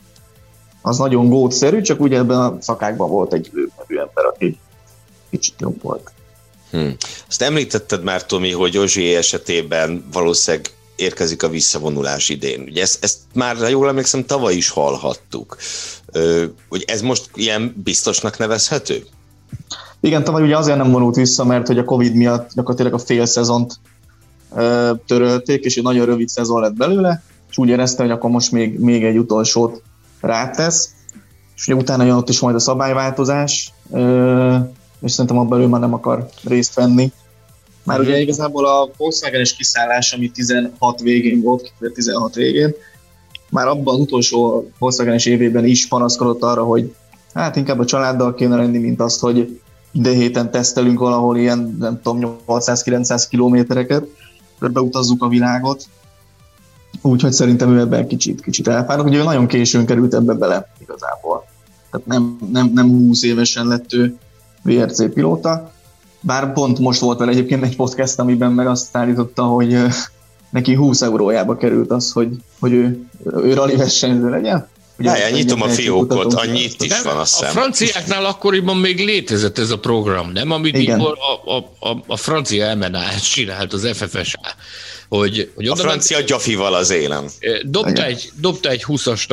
nagyon gótszerű, csak ugye ebben a szakákban volt egy nevű ember, aki kicsit jobb volt. Azt említetted már, Tomi, hogy Ogier esetében valószínűleg érkezik a visszavonulás idén. Ugye ezt már, ha jól emlékszem, tavaly is hallhattuk. Hogy ez most ilyen biztosnak nevezhető? Igen, tavaly ugye azért nem vonult vissza, mert hogy a Covid miatt gyakorlatilag a fél szezont törölték, és egy nagyon rövid szezon lett belőle, és úgy érezte, hogy akkor most még egy utolsót rátesz, és ugye utána jön ott is majd a szabályváltozás, és szerintem abban ő már nem akar részt venni. Már ugye igazából a Volkswagen-es kiszállás, ami 16 végén volt, 16 végén, már abban az utolsó Volkswagen-es évében is panaszkodott arra, hogy hát inkább a családdal kéne lenni, mint azt, hogy de héten tesztelünk valahol ilyen, nem tudom, 800-900 kilométereket, beutazzuk a világot. Úgyhogy szerintem ő ebben kicsit elfáradt. Ugye ő nagyon későn került ebbe bele igazából. Tehát nem 20 évesen lett ő VRC pilóta. Bár pont most volt vele egyébként egy podcast, amiben meg azt állította, hogy neki 20 eurójába került az, hogy ő rally versenyző legyen. Ugye, nyitom a fiókot, annyit is van, azt hiszem. A franciáknál akkoriban még létezett ez a program, nem? Amit így a francia MNA csinált, az FFSA. Hogy a francia gyafival az élem. Dobta egy 20-ast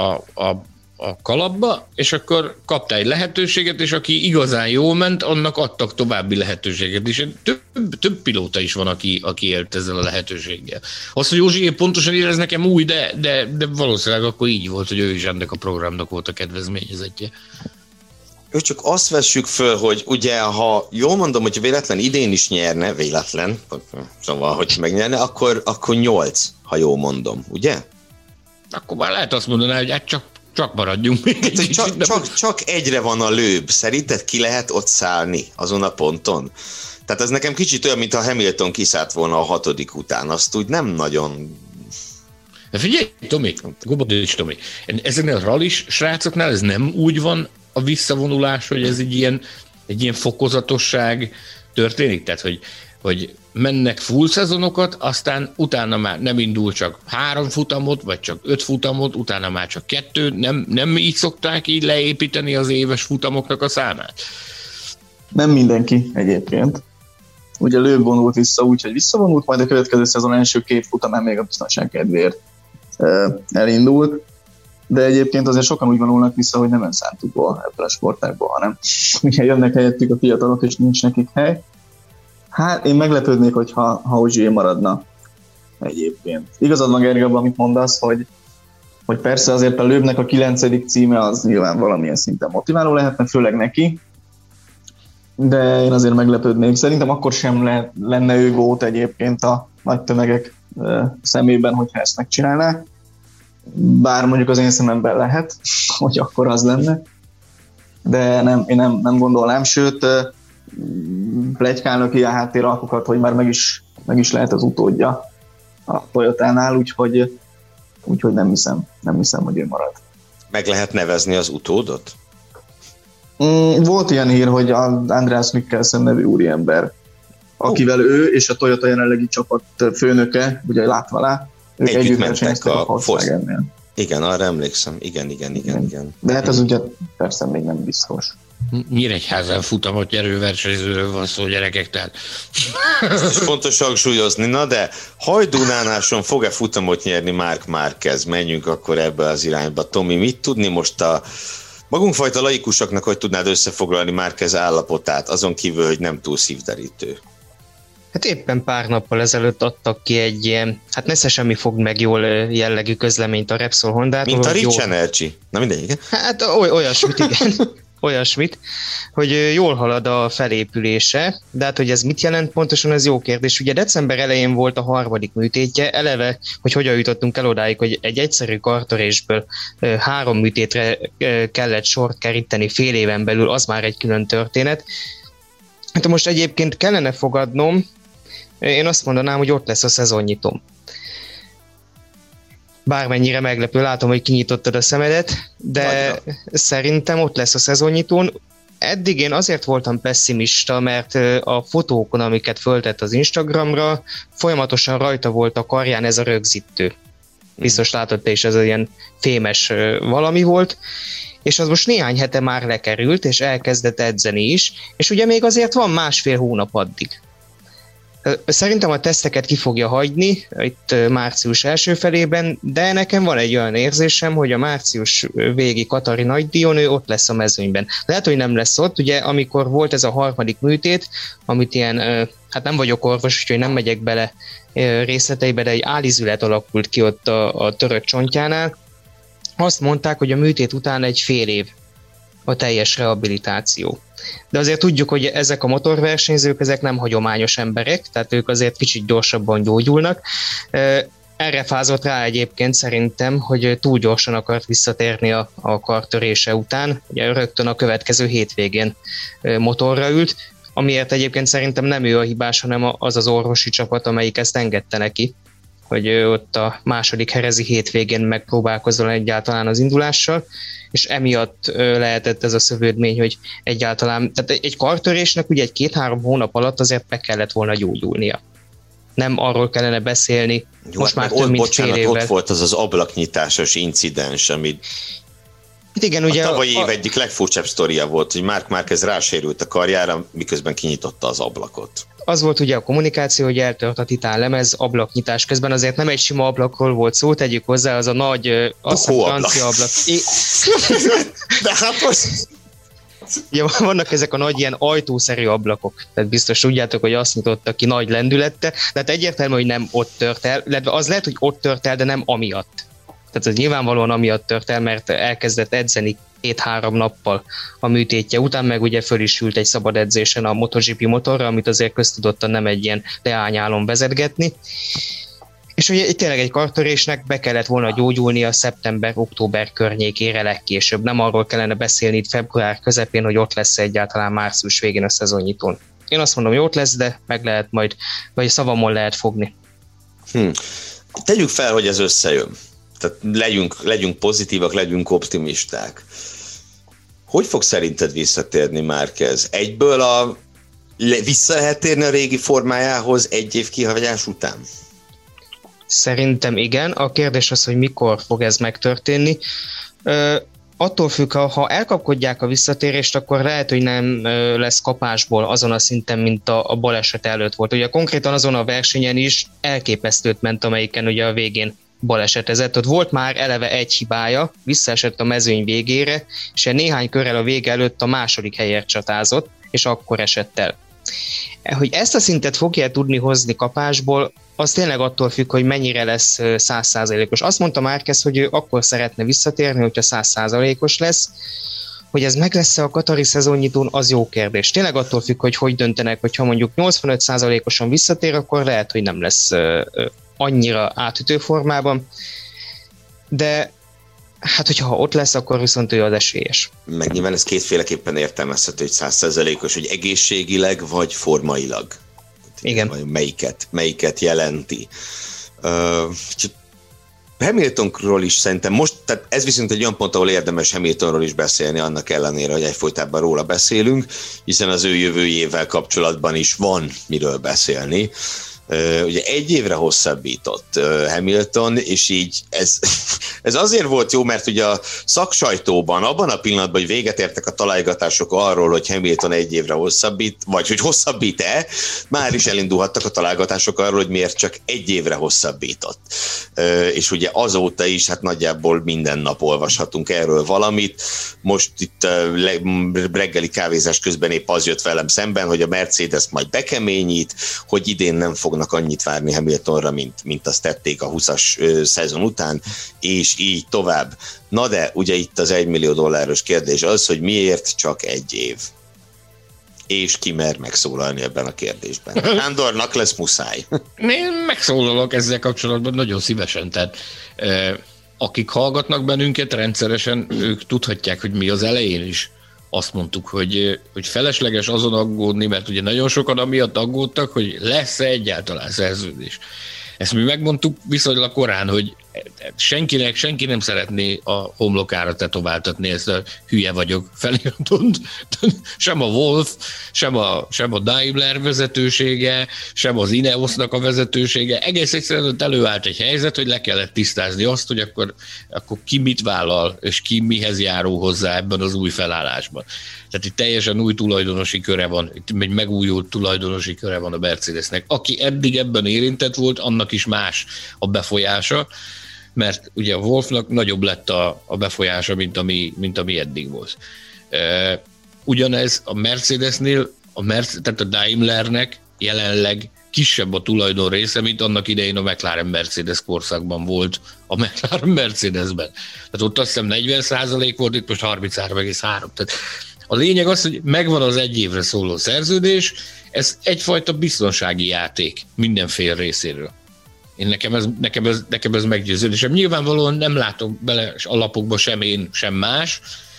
a kalapba, és akkor kapta egy lehetőséget, és aki igazán jól ment, annak adtak további lehetőséget, és több pilóta is van, aki élt ezzel a lehetőséggel. Az, hogy Ogier pontosan érez nekem új, de valószínűleg akkor így volt, hogy ő is ennek a programnak volt a kedvezményezettje. Ő csak azt vessük föl, hogy ugye, ha jól mondom, hogy véletlen idén is nyerne, véletlen, szóval, hogy megnyerne, akkor 8, ha jól mondom, ugye? Akkor már lehet azt mondani, hogy hát csak maradjunk még egy csak egyre van a Loeb. Szerinted ki lehet ott szállni azon a ponton? Tehát ez nekem kicsit olyan, mintha Hamilton kiszállt volna a 6. után. Azt úgy nem nagyon... Figyelj, Tomi, ezeknél a rallis srácoknál ez nem úgy van a visszavonulás, hogy ez egy ilyen fokozatosság történik? Tehát, hogy mennek full szezonokat, aztán utána már nem indul csak 3 futamot, vagy csak 5 futamot, utána már csak 2, nem így szokták így leépíteni az éves futamoknak a számát? Nem mindenki egyébként. Ugye Loeb vonult vissza úgy, hogy visszavonult, majd a következő szezon első 2 futamán még a biztonság kedvéért elindult, de egyébként azért sokan úgy vonulnak vissza, hogy nem önszántukból ebből a sportágból, hanem ugye jönnek helyettük a fiatalok, és nincs nekik hely. Hát én meglepődnék, hogyha Ogier maradna egyébként. Igazad van, Gergő, amit mondasz, hogy persze azért a Löwnek a 9. címe az nyilván valamilyen szinten motiváló lehetne, főleg neki, de én azért meglepődnék. Szerintem akkor sem lenne ő gót egyébként a nagy tömegek szemében, hogyha ezt megcsinálná. Bár mondjuk az én szememben lehet, hogy akkor az lenne. De én nem gondolnám, sőt, pletykálnak ilyen háttéralkokat, hogy már meg is lehet az utódja a Toyotánál, úgyhogy nem hiszem, hogy ő marad. Meg lehet nevezni az utódot? Volt ilyen hír, hogy az Andreas Mikkelsen nevű úriember, akivel ő és a Toyota jelenlegi csapat főnöke, ugye Latvala, ők együtt mentek a Volkswagen-nél. Igen, arra emlékszem. Igen. De hát ez ugye persze még nem biztos. Nyíregyházán futamot nyerő versenyzőről van szó, gyerekek, tehát. Ezt is fontos hangsúlyozni, na de Hajdúnánáson fog-e futamot nyerni Marc Márquez? Menjünk akkor ebbe az irányba. Tomi, mit tudni most a magunkfajta laikusoknak, hogy tudnád összefoglalni Márquez állapotát, azon kívül, hogy nem túl szívderítő? Hát éppen pár nappal ezelőtt adtak ki egy ilyen, hát messze semmi fog meg jól jellegű közleményt a Repsol Hondától. Mint a Rich Energy. Na mindegy, igen? Hát olyasmit, igen. Olyasmit, hogy jól halad a felépülése, de hát hogy ez mit jelent pontosan, ez jó kérdés. Ugye december elején volt a 3. műtétje, eleve, hogy hogyan jutottunk el odáig, hogy egy egyszerű kartörésből 3 műtétre kellett sort keríteni fél éven belül, az már egy külön történet. Hát most egyébként kellene fogadnom, én azt mondanám, hogy ott lesz a szezonnyitóm. Bármennyire meglepő, látom, hogy kinyitottad a szemedet, de nagyra. Szerintem ott lesz a szezonnyitón. Eddig én azért voltam pessimista, mert a fotókon, amiket föltett az Instagramra, folyamatosan rajta volt a karján ez a rögzítő. Biztos látod te is, ez ilyen fémes valami volt, és az most néhány hete már lekerült, és elkezdett edzeni is, és ugye még azért van 1,5 hónap addig. Szerintem a teszteket ki fogja hagyni itt március első felében, de nekem van egy olyan érzésem, hogy a március végi Katari nagydíjon ő ott lesz a mezőnyben. Lehet, hogy nem lesz ott, ugye amikor volt ez a 3. műtét, amit ilyen, hát nem vagyok orvos, úgyhogy nem megyek bele részleteibe, de egy álizület alakult ki ott a törött csontjánál. Azt mondták, hogy a műtét után egy fél év a teljes rehabilitáció. De azért tudjuk, hogy ezek a motorversenyzők, ezek nem hagyományos emberek, tehát ők azért kicsit gyorsabban gyógyulnak. Erre fázott rá egyébként szerintem, hogy túl gyorsan akart visszatérni a kartörése után. Ugye rögtön a következő hétvégén motorra ült, amiért egyébként szerintem nem ő a hibás, hanem az az orvosi csapat, amelyik ezt engedte neki, hogy ott a második herezi hétvégén megpróbálkozzon egyáltalán az indulással, és emiatt lehetett ez a szövődmény, hogy egyáltalán, tehát egy kartörésnek ugye egy 2-3 hónap alatt azért meg kellett volna gyógyulnia. Nem arról kellene beszélni, jó, most már több mint fél évvel. Ott volt az ablaknyitásos incidens, amit igen, ugye a tavalyi év egyik legfurcsább sztoria volt, hogy Marc Márquez rásérült a karjára, miközben kinyitotta az ablakot. Az volt ugye a kommunikáció, hogy eltört a titánlemez ablaknyitás közben, azért nem egy sima ablakról volt szó, tegyük hozzá, az a nagy francia ablak. De hát most... Ugye vannak ezek a nagy ilyen ajtószerű ablakok, tehát biztos tudjátok, hogy azt nyitotta ki nagy lendülette, de hát egyértelmű, hogy nem ott tört el, az lehet, hogy ott tört el, de nem amiatt. Tehát ez nyilvánvalóan amiatt tört el, mert elkezdett edzeni 2-3 nappal a műtétje után, meg ugye föl is ült egy szabad edzésen a MotoGP motorra, amit azért köztudottan nem egy ilyen leányálom vezetgetni. És ugye tényleg egy kartörésnek be kellett volna gyógyulnia szeptember-október környékére legkésőbb. Nem arról kellene beszélni itt február közepén, hogy ott lesz egyáltalán március végén a szezonnyitón. Én azt mondom, hogy ott lesz, de meg lehet majd, vagy szavamon lehet fogni. Tegyük fel, hogy ez összejön. Tehát legyünk pozitívak, legyünk optimisták. Hogy fog szerinted visszatérni Márquez? Egyből vissza lehet térni a régi formájához egy év kihagyás után? Szerintem igen. A kérdés az, hogy mikor fog ez megtörténni. Attól függ, ha elkapkodják a visszatérést, akkor lehet, hogy nem lesz kapásból azon a szinten, mint a baleset előtt volt. Ugye konkrétan azon a versenyen is elképesztőt ment, amelyiken ugye a végén balesetezett. Ott volt már eleve egy hibája, visszaesett a mezőny végére, és néhány körrel a vége előtt a második helyért csatázott, és akkor esett el. Hogy ezt a szintet fogja tudni hozni kapásból, az tényleg attól függ, hogy mennyire lesz 100%-os. Azt mondta Márquez, hogy ő akkor szeretne visszatérni, hogyha 100%-os lesz. Hogy ez meg lesz a katari szezonnyitón, az jó kérdés. Tényleg attól függ, hogy döntenek, hogyha mondjuk 85%-osan visszatér, akkor lehet, hogy nem lesz annyira átütő formában. De hát, hogyha ott lesz, akkor viszont ő az esélyes. Meg nyilván ez kétféleképpen értelmezhető, hogy 100%-os, hogy egészségileg vagy formailag. Igen. Melyiket jelenti. Hamiltonról is szerintem most, tehát ez viszont egy olyan pont, ahol érdemes Hamiltonról is beszélni, annak ellenére, hogy egyfolytában róla beszélünk, hiszen az ő jövőjével kapcsolatban is van miről beszélni. Ugye egy évre hosszabbított Hamilton, és így ez azért volt jó, mert ugye a szaksajtóban abban a pillanatban, hogy véget értek a találgatások arról, hogy Hamilton egy évre hosszabbít, vagy hogy hosszabbít-e, már is elindulhattak a találgatások arról, hogy miért csak egy évre hosszabbított. És ugye azóta is hát nagyjából minden nap olvashatunk erről valamit. Most itt reggeli kávézás közben épp az jött velem szemben, hogy a Mercedes majd bekeményít, hogy idén nem fognak annyit várni Hamiltonra, mint azt tették a 20-as szezon után, és így tovább. Na de ugye itt az $1 millió kérdés az, hogy miért csak egy év? És ki mer megszólalni ebben a kérdésben? Sándornak lesz muszáj. Én megszólalok ezzel kapcsolatban nagyon szívesen, tehát akik hallgatnak bennünket rendszeresen, ők tudhatják, hogy mi az elején is azt mondtuk, hogy felesleges azon aggódni, mert ugye nagyon sokan amiatt aggódtak, hogy lesz-e egyáltalán szerződés. Ezt mi megmondtuk viszonylag korán, hogy senki nem szeretné a homlokára tetováltatni ezt a hülye vagyok feliratot. Sem a Wolf, sem a Daimler vezetősége, sem az Ineosnak a vezetősége. Egész egyszerűen előállt egy helyzet, hogy le kellett tisztázni azt, hogy akkor ki mit vállal, és ki mihez járó hozzá ebben az új felállásban. Tehát itt teljesen új tulajdonosi köre van, itt egy megújult tulajdonosi köre van a Mercedesnek. Aki eddig ebben érintett volt, annak is más a befolyása, mert ugye a Wolfnak nagyobb lett a befolyása, mint ami eddig volt. Ugyanez a Mercedesnél, tehát a Daimlernek jelenleg kisebb a tulajdon része, mint annak idején a McLaren Mercedes korszakban volt a McLaren Mercedesben. Tehát ott azt hiszem 40% volt, itt most 33,3%. Tehát a lényeg az, hogy megvan az egy évre szóló szerződés, ez egyfajta biztonsági játék mindenféle részéről. Nekem ez meggyőződésem. Nyilvánvalóan nem látok bele alapokba sem én, sem más.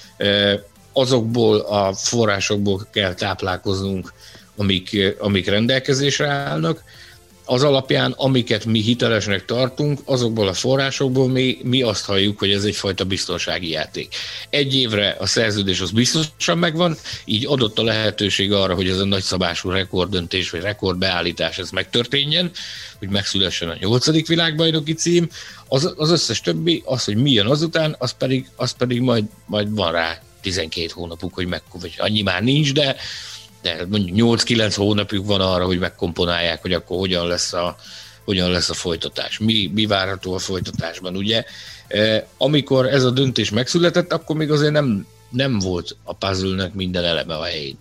Azokból a forrásokból kell táplálkoznunk, amik rendelkezésre állnak. Az alapján, amiket mi hitelesnek tartunk, azokból a forrásokból mi azt halljuk, hogy ez egyfajta biztonsági játék. Egy évre a szerződés az biztosan megvan, így adott a lehetőség arra, hogy ez a nagyszabású rekorddöntés vagy rekordbeállítás ez megtörténjen, hogy megszülessen a 8. világbajnoki cím. Az összes többi, az, hogy mi jön azután, az pedig majd van rá 12 hónapuk, vagy annyi már nincs, de mondjuk 8-9 hónapjuk van arra, hogy megkomponálják, hogy akkor hogyan lesz a folytatás. Mi várható a folytatásban, ugye? Amikor ez a döntés megszületett, akkor még azért nem volt a puzzle-nek minden eleme a helyén.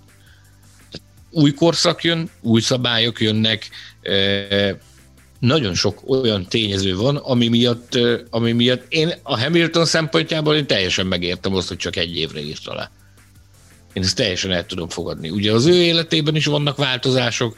Új korszak jön, új szabályok jönnek, nagyon sok olyan tényező van, ami miatt én a Hamilton szempontjából én teljesen megértem azt, hogy csak egy évre írt alá. Én ezt teljesen el tudom fogadni. Ugye az ő életében is vannak változások,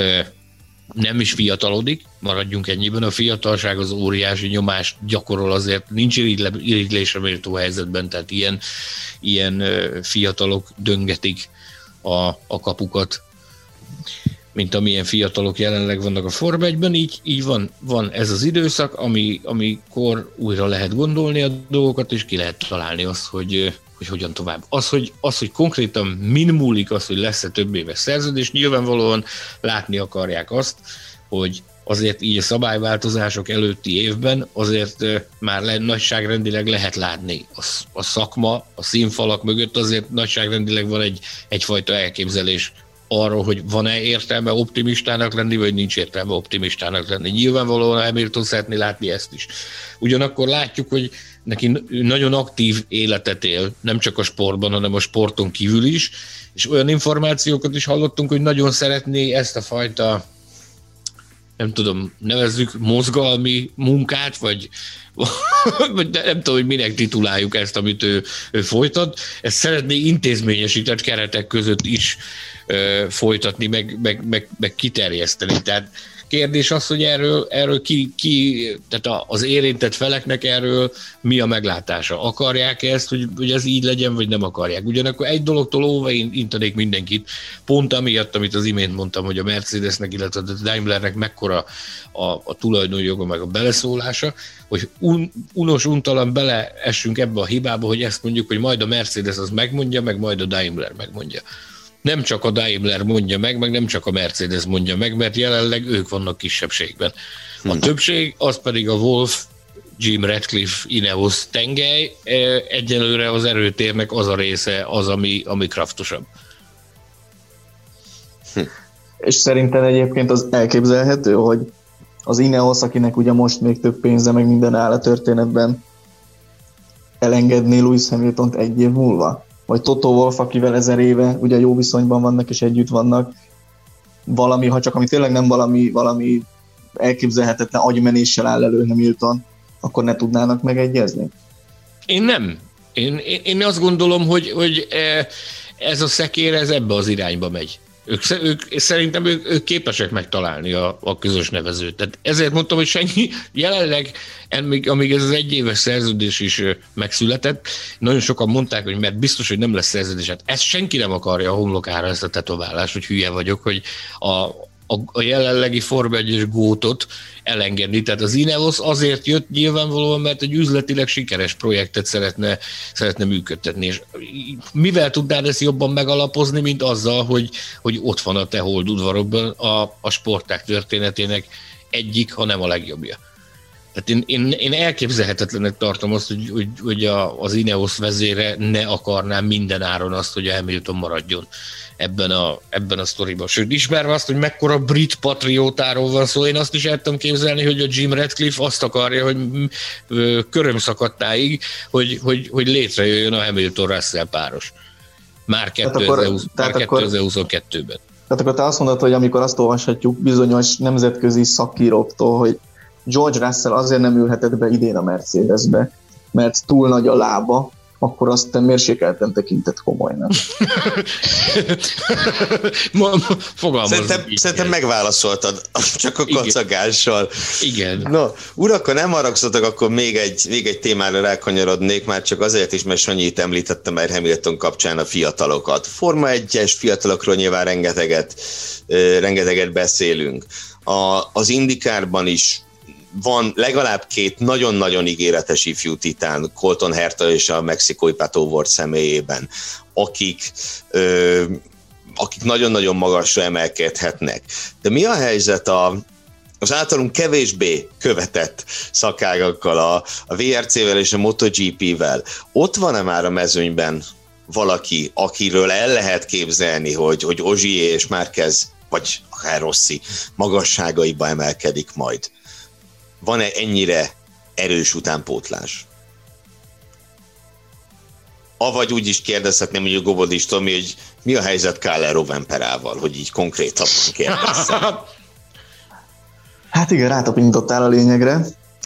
nem is fiatalodik, maradjunk ennyiben, a fiatalság az óriási nyomást gyakorol, azért nincs irigylésre méltó helyzetben, tehát ilyen fiatalok döngetik a kapukat, mint amilyen fiatalok jelenleg vannak a Forma 1-ben, így van ez az időszak, amikor újra lehet gondolni a dolgokat, és ki lehet találni azt, hogy hogyan tovább. Az, hogy konkrétan min múlik az, hogy lesz-e több éves szerződés, nyilvánvalóan látni akarják azt, hogy azért így a szabályváltozások előtti évben azért már nagyságrendileg lehet látni. A szakma, a színfalak mögött azért nagyságrendileg van egyfajta elképzelés arról, hogy van-e értelme optimistának lenni, vagy nincs értelme optimistának lenni. Nyilvánvalóan Hamilton szeretné látni ezt is. Ugyanakkor látjuk, hogy neki nagyon aktív életet él, nem csak a sportban, hanem a sporton kívül is, és olyan információkat is hallottunk, hogy nagyon szeretné ezt a fajta nem tudom, nevezzük mozgalmi munkát, vagy nem tudom, hogy minek tituláljuk ezt, amit ő folytat. Ezt szeretné intézményesített keretek között is folytatni, meg kiterjeszteni. Tehát kérdés az, hogy erről tehát az érintett feleknek erről mi a meglátása? Akarják ezt, hogy ez így legyen, vagy nem akarják? Ugyanakkor egy dologtól óva intenék mindenkit, pont amiatt, amit az imént mondtam, hogy a Mercedesnek, illetve a Daimlernek mekkora a tulajdonjoga, meg a beleszólása, hogy untalan beleessünk ebbe a hibába, hogy ezt mondjuk, hogy majd a Mercedes az megmondja, meg majd a Daimler megmondja. Nem csak a Daimler mondja meg nem csak a Mercedes mondja meg, mert jelenleg ők vannak kisebbségben. A többség, az pedig a Wolf, Jim Ratcliffe, Ineos tengely, egyelőre az erőtérnek az a része az, ami kraftosabb. És szerinted egyébként az elképzelhető, hogy az Ineos, akinek ugye most még több pénze, meg minden áll a történetben, elengedné Lewis Hamiltont egy év múlva? Vagy Toto Wolff, akivel 1000 éve ugye jó viszonyban vannak és együtt vannak, valami, ha csak ami tényleg nem valami elképzelhetetlen agymenéssel áll elő Hamilton, akkor ne tudnának megegyezni? Én nem. Én azt gondolom, hogy ez a szekér ez ebbe az irányba megy. Szerintem ők képesek megtalálni a közös nevezőt. Tehát ezért mondtam, hogy senki jelenleg, amíg ez az egyéves szerződés is megszületett, nagyon sokan mondták, hogy mert biztos, hogy nem lesz szerződés. Hát ezt senki nem akarja a homlokára, ezt a tetoválást, hogy hülye vagyok, hogy a jelenlegi Form 1-es gótot elengedni. Tehát az Ineos azért jött nyilvánvalóan, mert egy üzletileg sikeres projektet szeretne működtetni. És mivel tudnád ezt jobban megalapozni, mint azzal, hogy ott van a te holdudvarokban a sportág történetének egyik, ha nem a legjobbja. Tehát én elképzelhetetlenek tartom azt, hogy az Ineos vezére ne akarná minden áron azt, hogy a Hamilton maradjon ebben a sztoriban. Sőt, ismerve azt, hogy mekkora brit patriótáról van szó, én azt is el tudom képzelni, hogy a Jim Ratcliffe azt akarja, hogy körömszakadtáig, hogy létrejöjjön a Hamilton-Russell páros. Már 2022-ben. Tehát akkor te azt mondod, hogy amikor azt olvashatjuk bizonyos nemzetközi szakíróktól, hogy George Russell azért nem ülhetett be idén a Mercedesbe, mert túl nagy a lába, akkor azt te mérsékelten tekintett komolynak. Szerintem megválaszoltad, csak a kacagással. Igen. No, urak, ha nem haragszatok, akkor még egy témára rákanyarodnék, már csak azért is, mert Sanyi említette már Hamilton kapcsán a fiatalokat. Forma 1-es fiatalokról nyilván rengeteget beszélünk. Az IndyCarban is van legalább 2 nagyon-nagyon ígéretes ifjú titán, Colton Herta és a mexikói Pato Ward személyében, akik nagyon-nagyon magasra emelkedhetnek. De mi a helyzet az általunk kevésbé követett szakágakkal, a VRC-vel és a MotoGP-vel? Ott van-e már a mezőnyben valaki, akiről el lehet képzelni, hogy Ogier és Márquez, vagy akár Rossi magasságaiba emelkedik majd? Van-e ennyire erős utánpótlás? Avagy úgy is kérdezhetném, hogy a Gobodistól, hogy mi a helyzet Kalle Rovanperával, hogy így konkrétabban kérdezzem. Hát igen, rátapintottál a lényegre.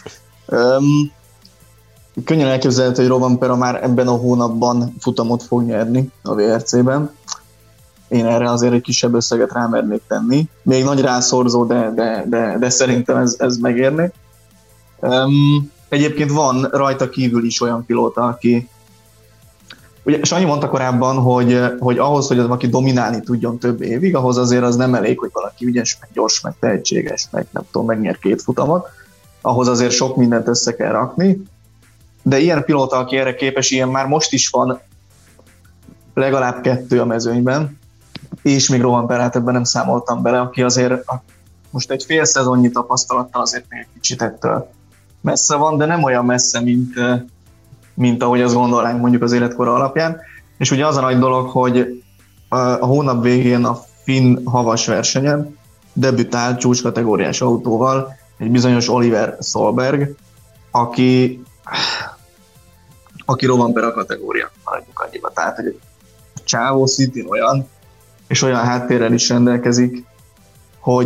Könnyen elképzelhető, hogy Rovanpera már ebben a hónapban futamot fog nyerni a VRC-ben. Én erre azért egy kisebb összeget rámernék tenni. Még nagy rászorzó, de szerintem ez megérné. Egyébként van rajta kívül is olyan pilóta, aki... Ugye Sanyi mondta korábban, hogy ahhoz, hogy az valaki dominálni tudjon több évig, ahhoz azért az nem elég, hogy valaki ügyes, meg gyors, meg tehetséges, meg nem tudom, megnyer 2 futamot. Ahhoz azért sok mindent össze kell rakni. De ilyen pilóta, aki erre képes, ilyen már most is van legalább 2 a mezőnyben, és még Rovanperát ebben nem számoltam bele, aki azért most egy fél szezonnyi tapasztalattal azért még egy kicsit ettől messze van, de nem olyan messze, mint ahogy azt gondolnánk mondjuk az életkora alapján. És ugye az a nagy dolog, hogy a hónap végén a finn havas versenyen debütál csúcskategóriás autóval egy bizonyos Oliver Solberg, aki Rovanpera kategória, maradjuk annyiba. Tehát, hogy csávó szintén olyan, és olyan háttérrel is rendelkezik, hogy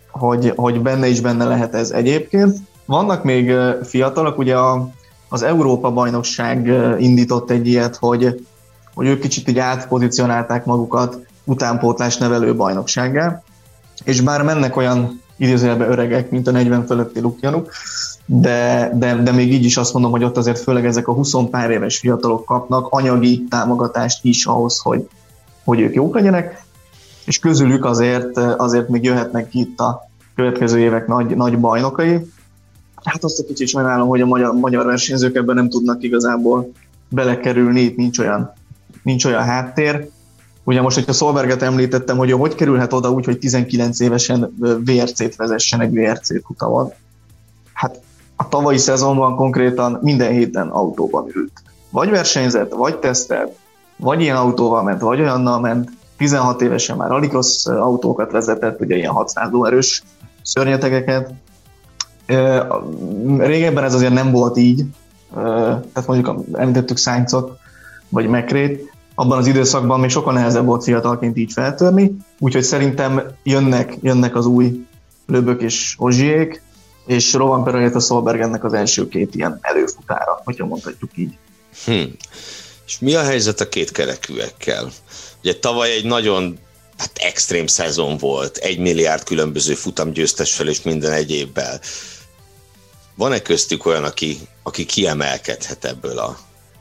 hogy benne lehet ez egyébként. Vannak még fiatalok, ugye az Európa-bajnokság indított egy ilyet, hogy ők kicsit így átpozícionálták magukat utánpótlás nevelő bajnoksággá, és bár mennek olyan idézőjelben öregek, mint a 40 fölötti lukjanuk, de még így is azt mondom, hogy ott azért főleg ezek a 20 pár éves fiatalok kapnak anyagi támogatást is ahhoz, hogy ők jók legyenek, és közülük azért még jöhetnek ki itt a következő évek nagy bajnokai. Hát azt a kicsit sajnálom, hogy a magyar versenyzők ebben nem tudnak igazából belekerülni, itt nincs olyan háttér. Ugye most, hogyha Solberget említettem, hogy kerülhet oda úgy, hogy 19 évesen VRC-t vezessen egy VRC futamon. Hát a tavalyi szezonban konkrétan minden héten autóban ült. Vagy versenyzett, vagy tesztelt, vagy ilyen autóval ment, vagy olyannal ment. 16 évesen már rallycross autókat vezetett, ugye ilyen 600 lóerős szörnyetegeket. Régebben ez azért nem volt így, tehát mondjuk említettük Sainzot, vagy McRae-t, abban az időszakban még sokkal nehezebb volt fiatalként így feltörni, úgyhogy szerintem jönnek az új Löbök és Ozsiék, és Rovan Perez a Solbergennek az első két ilyen előfutára, hogyha mondhatjuk így. És mi a helyzet a kétkerekűekkel? Ugye tavaly egy nagyon extrém szezon volt, 1 milliárd különböző futamgyőztessel és minden egyébbel. Van-e köztük olyan, aki kiemelkedhet ebből a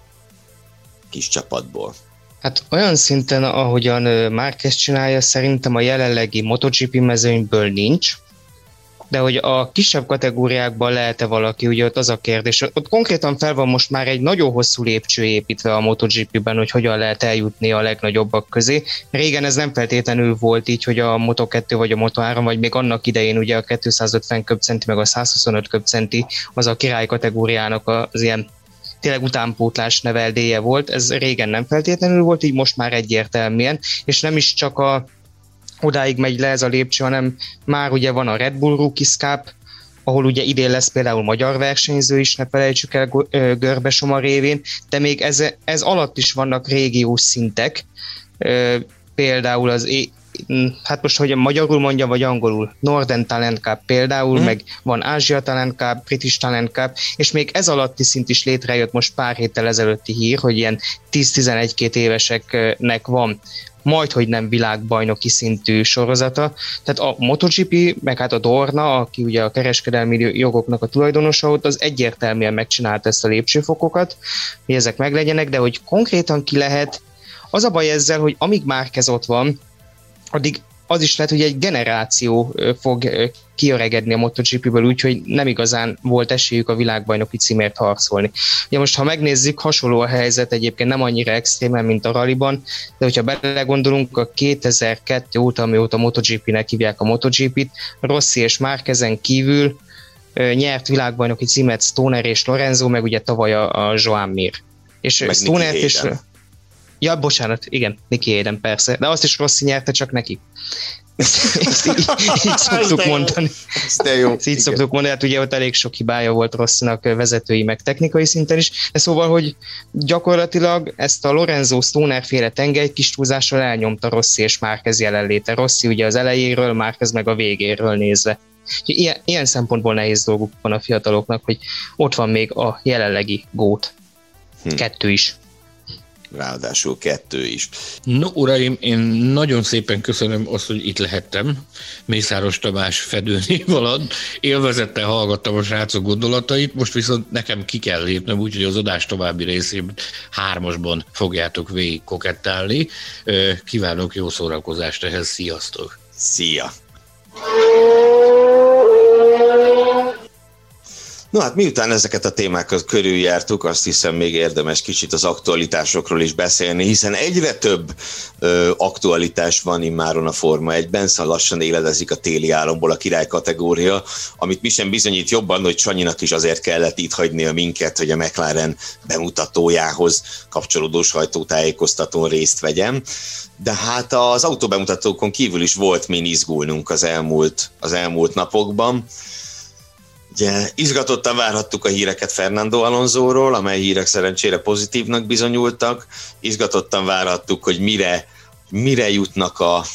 kis csapatból? Hát olyan szinten, ahogyan Márquez csinálja, szerintem a jelenlegi MotoGP mezőnyből nincs, de hogy a kisebb kategóriákban lehet-e valaki, ugye ott az a kérdés. Ott konkrétan fel van most már egy nagyon hosszú lépcső építve a MotoGP-ben, hogy hogyan lehet eljutni a legnagyobbak közé. Régen ez nem feltétlenül volt így, hogy a Moto2 vagy a Moto3, vagy még annak idején ugye a 250 köbcenti meg a 125 köbcenti az a király kategóriának az ilyen tényleg utánpótlás neveldéje volt. Ez régen nem feltétlenül volt, így most már egyértelműen, és nem is csak odáig megy le ez a lépcső, hanem már ugye van a Red Bull Rookies Cup, ahol ugye idén lesz például magyar versenyző is, ne felejtsük el Görbesoma révén, de még ez alatt is vannak régiós szintek, például hát most, hogy magyarul mondjam, vagy angolul, Northern Talent Cup például, meg van Asia Talent Cup, British Talent Cup, és még ez alatti szint is létrejött most pár héttel ezelőtti hír, hogy ilyen 10-11-2 éveseknek van majdhogy nem világbajnoki szintű sorozata. Tehát a MotoGP, meg hát a Dorna, aki ugye a kereskedelmi jogoknak a tulajdonosa, ott az egyértelműen megcsinálta ezt a lépcsőfokokat, hogy ezek meglegyenek, de hogy konkrétan ki lehet, az a baj ezzel, hogy amíg Márquez ott van, addig az is lehet, hogy egy generáció fog kiöregedni a MotoGP-ből, úgyhogy nem igazán volt esélyük a világbajnoki címért harcolni. Ugye most, ha megnézzük, hasonló a helyzet, egyébként nem annyira extrémen, mint a rallyban, de hogyha belegondolunk, a 2002 óta, amióta MotoGP-nek hívják a MotoGP-t, Rossi és Márquezen kívül nyert világbajnoki címet Stoner és Lorenzo, meg ugye tavaly a Joan Mir. És Stonert és... Ja, bocsánat, igen, Nicky Hayden persze, de azt is Rossi nyerte, csak neki. Így szoktuk mondani. Így szoktuk mondani, hát ugye ott elég sok hibája volt Rossinak vezetői meg technikai szinten is, de szóval, hogy gyakorlatilag ezt a Lorenzo Stoner féle tengely kis túlzással elnyomta Rossi és Márquez jelenléte. Rossi ugye az elejéről, Márquez meg a végéről nézve. Ilyen szempontból nehéz dolguk van a fiataloknak, hogy ott van még a jelenlegi gót. 2 is. Ráadásul 2 is. No, uraim, én nagyon szépen köszönöm azt, hogy itt lehettem. Mészáros Tamás fedőnév alatt. Élvezettel hallgattam a srácok gondolatait, most viszont nekem ki kell lépnem, úgyhogy az adás további részében 3-asban fogjátok végig kokettálni. Kívánok jó szórakozást ehhez, sziasztok! Szia! No hát miután ezeket a témákat körüljártuk, azt hiszem még érdemes kicsit az aktualitásokról is beszélni, hiszen egyre több aktualitás van immáron a Forma 1-ben, szóval lassan éledezik a téli álomból a király kategória, amit mi sem bizonyít jobban, hogy Sanyinak is azért kellett itt hagynia minket, hogy a McLaren bemutatójához kapcsolódó sajtótájékoztatón részt vegyem. De hát az autóbemutatókon kívül is volt min izgulnunk az elmúlt napokban. Ugye, izgatottan várhattuk a híreket Fernando Alonsóról, amely hírek szerencsére pozitívnak bizonyultak. Izgatottan várhattuk, hogy mire jutnak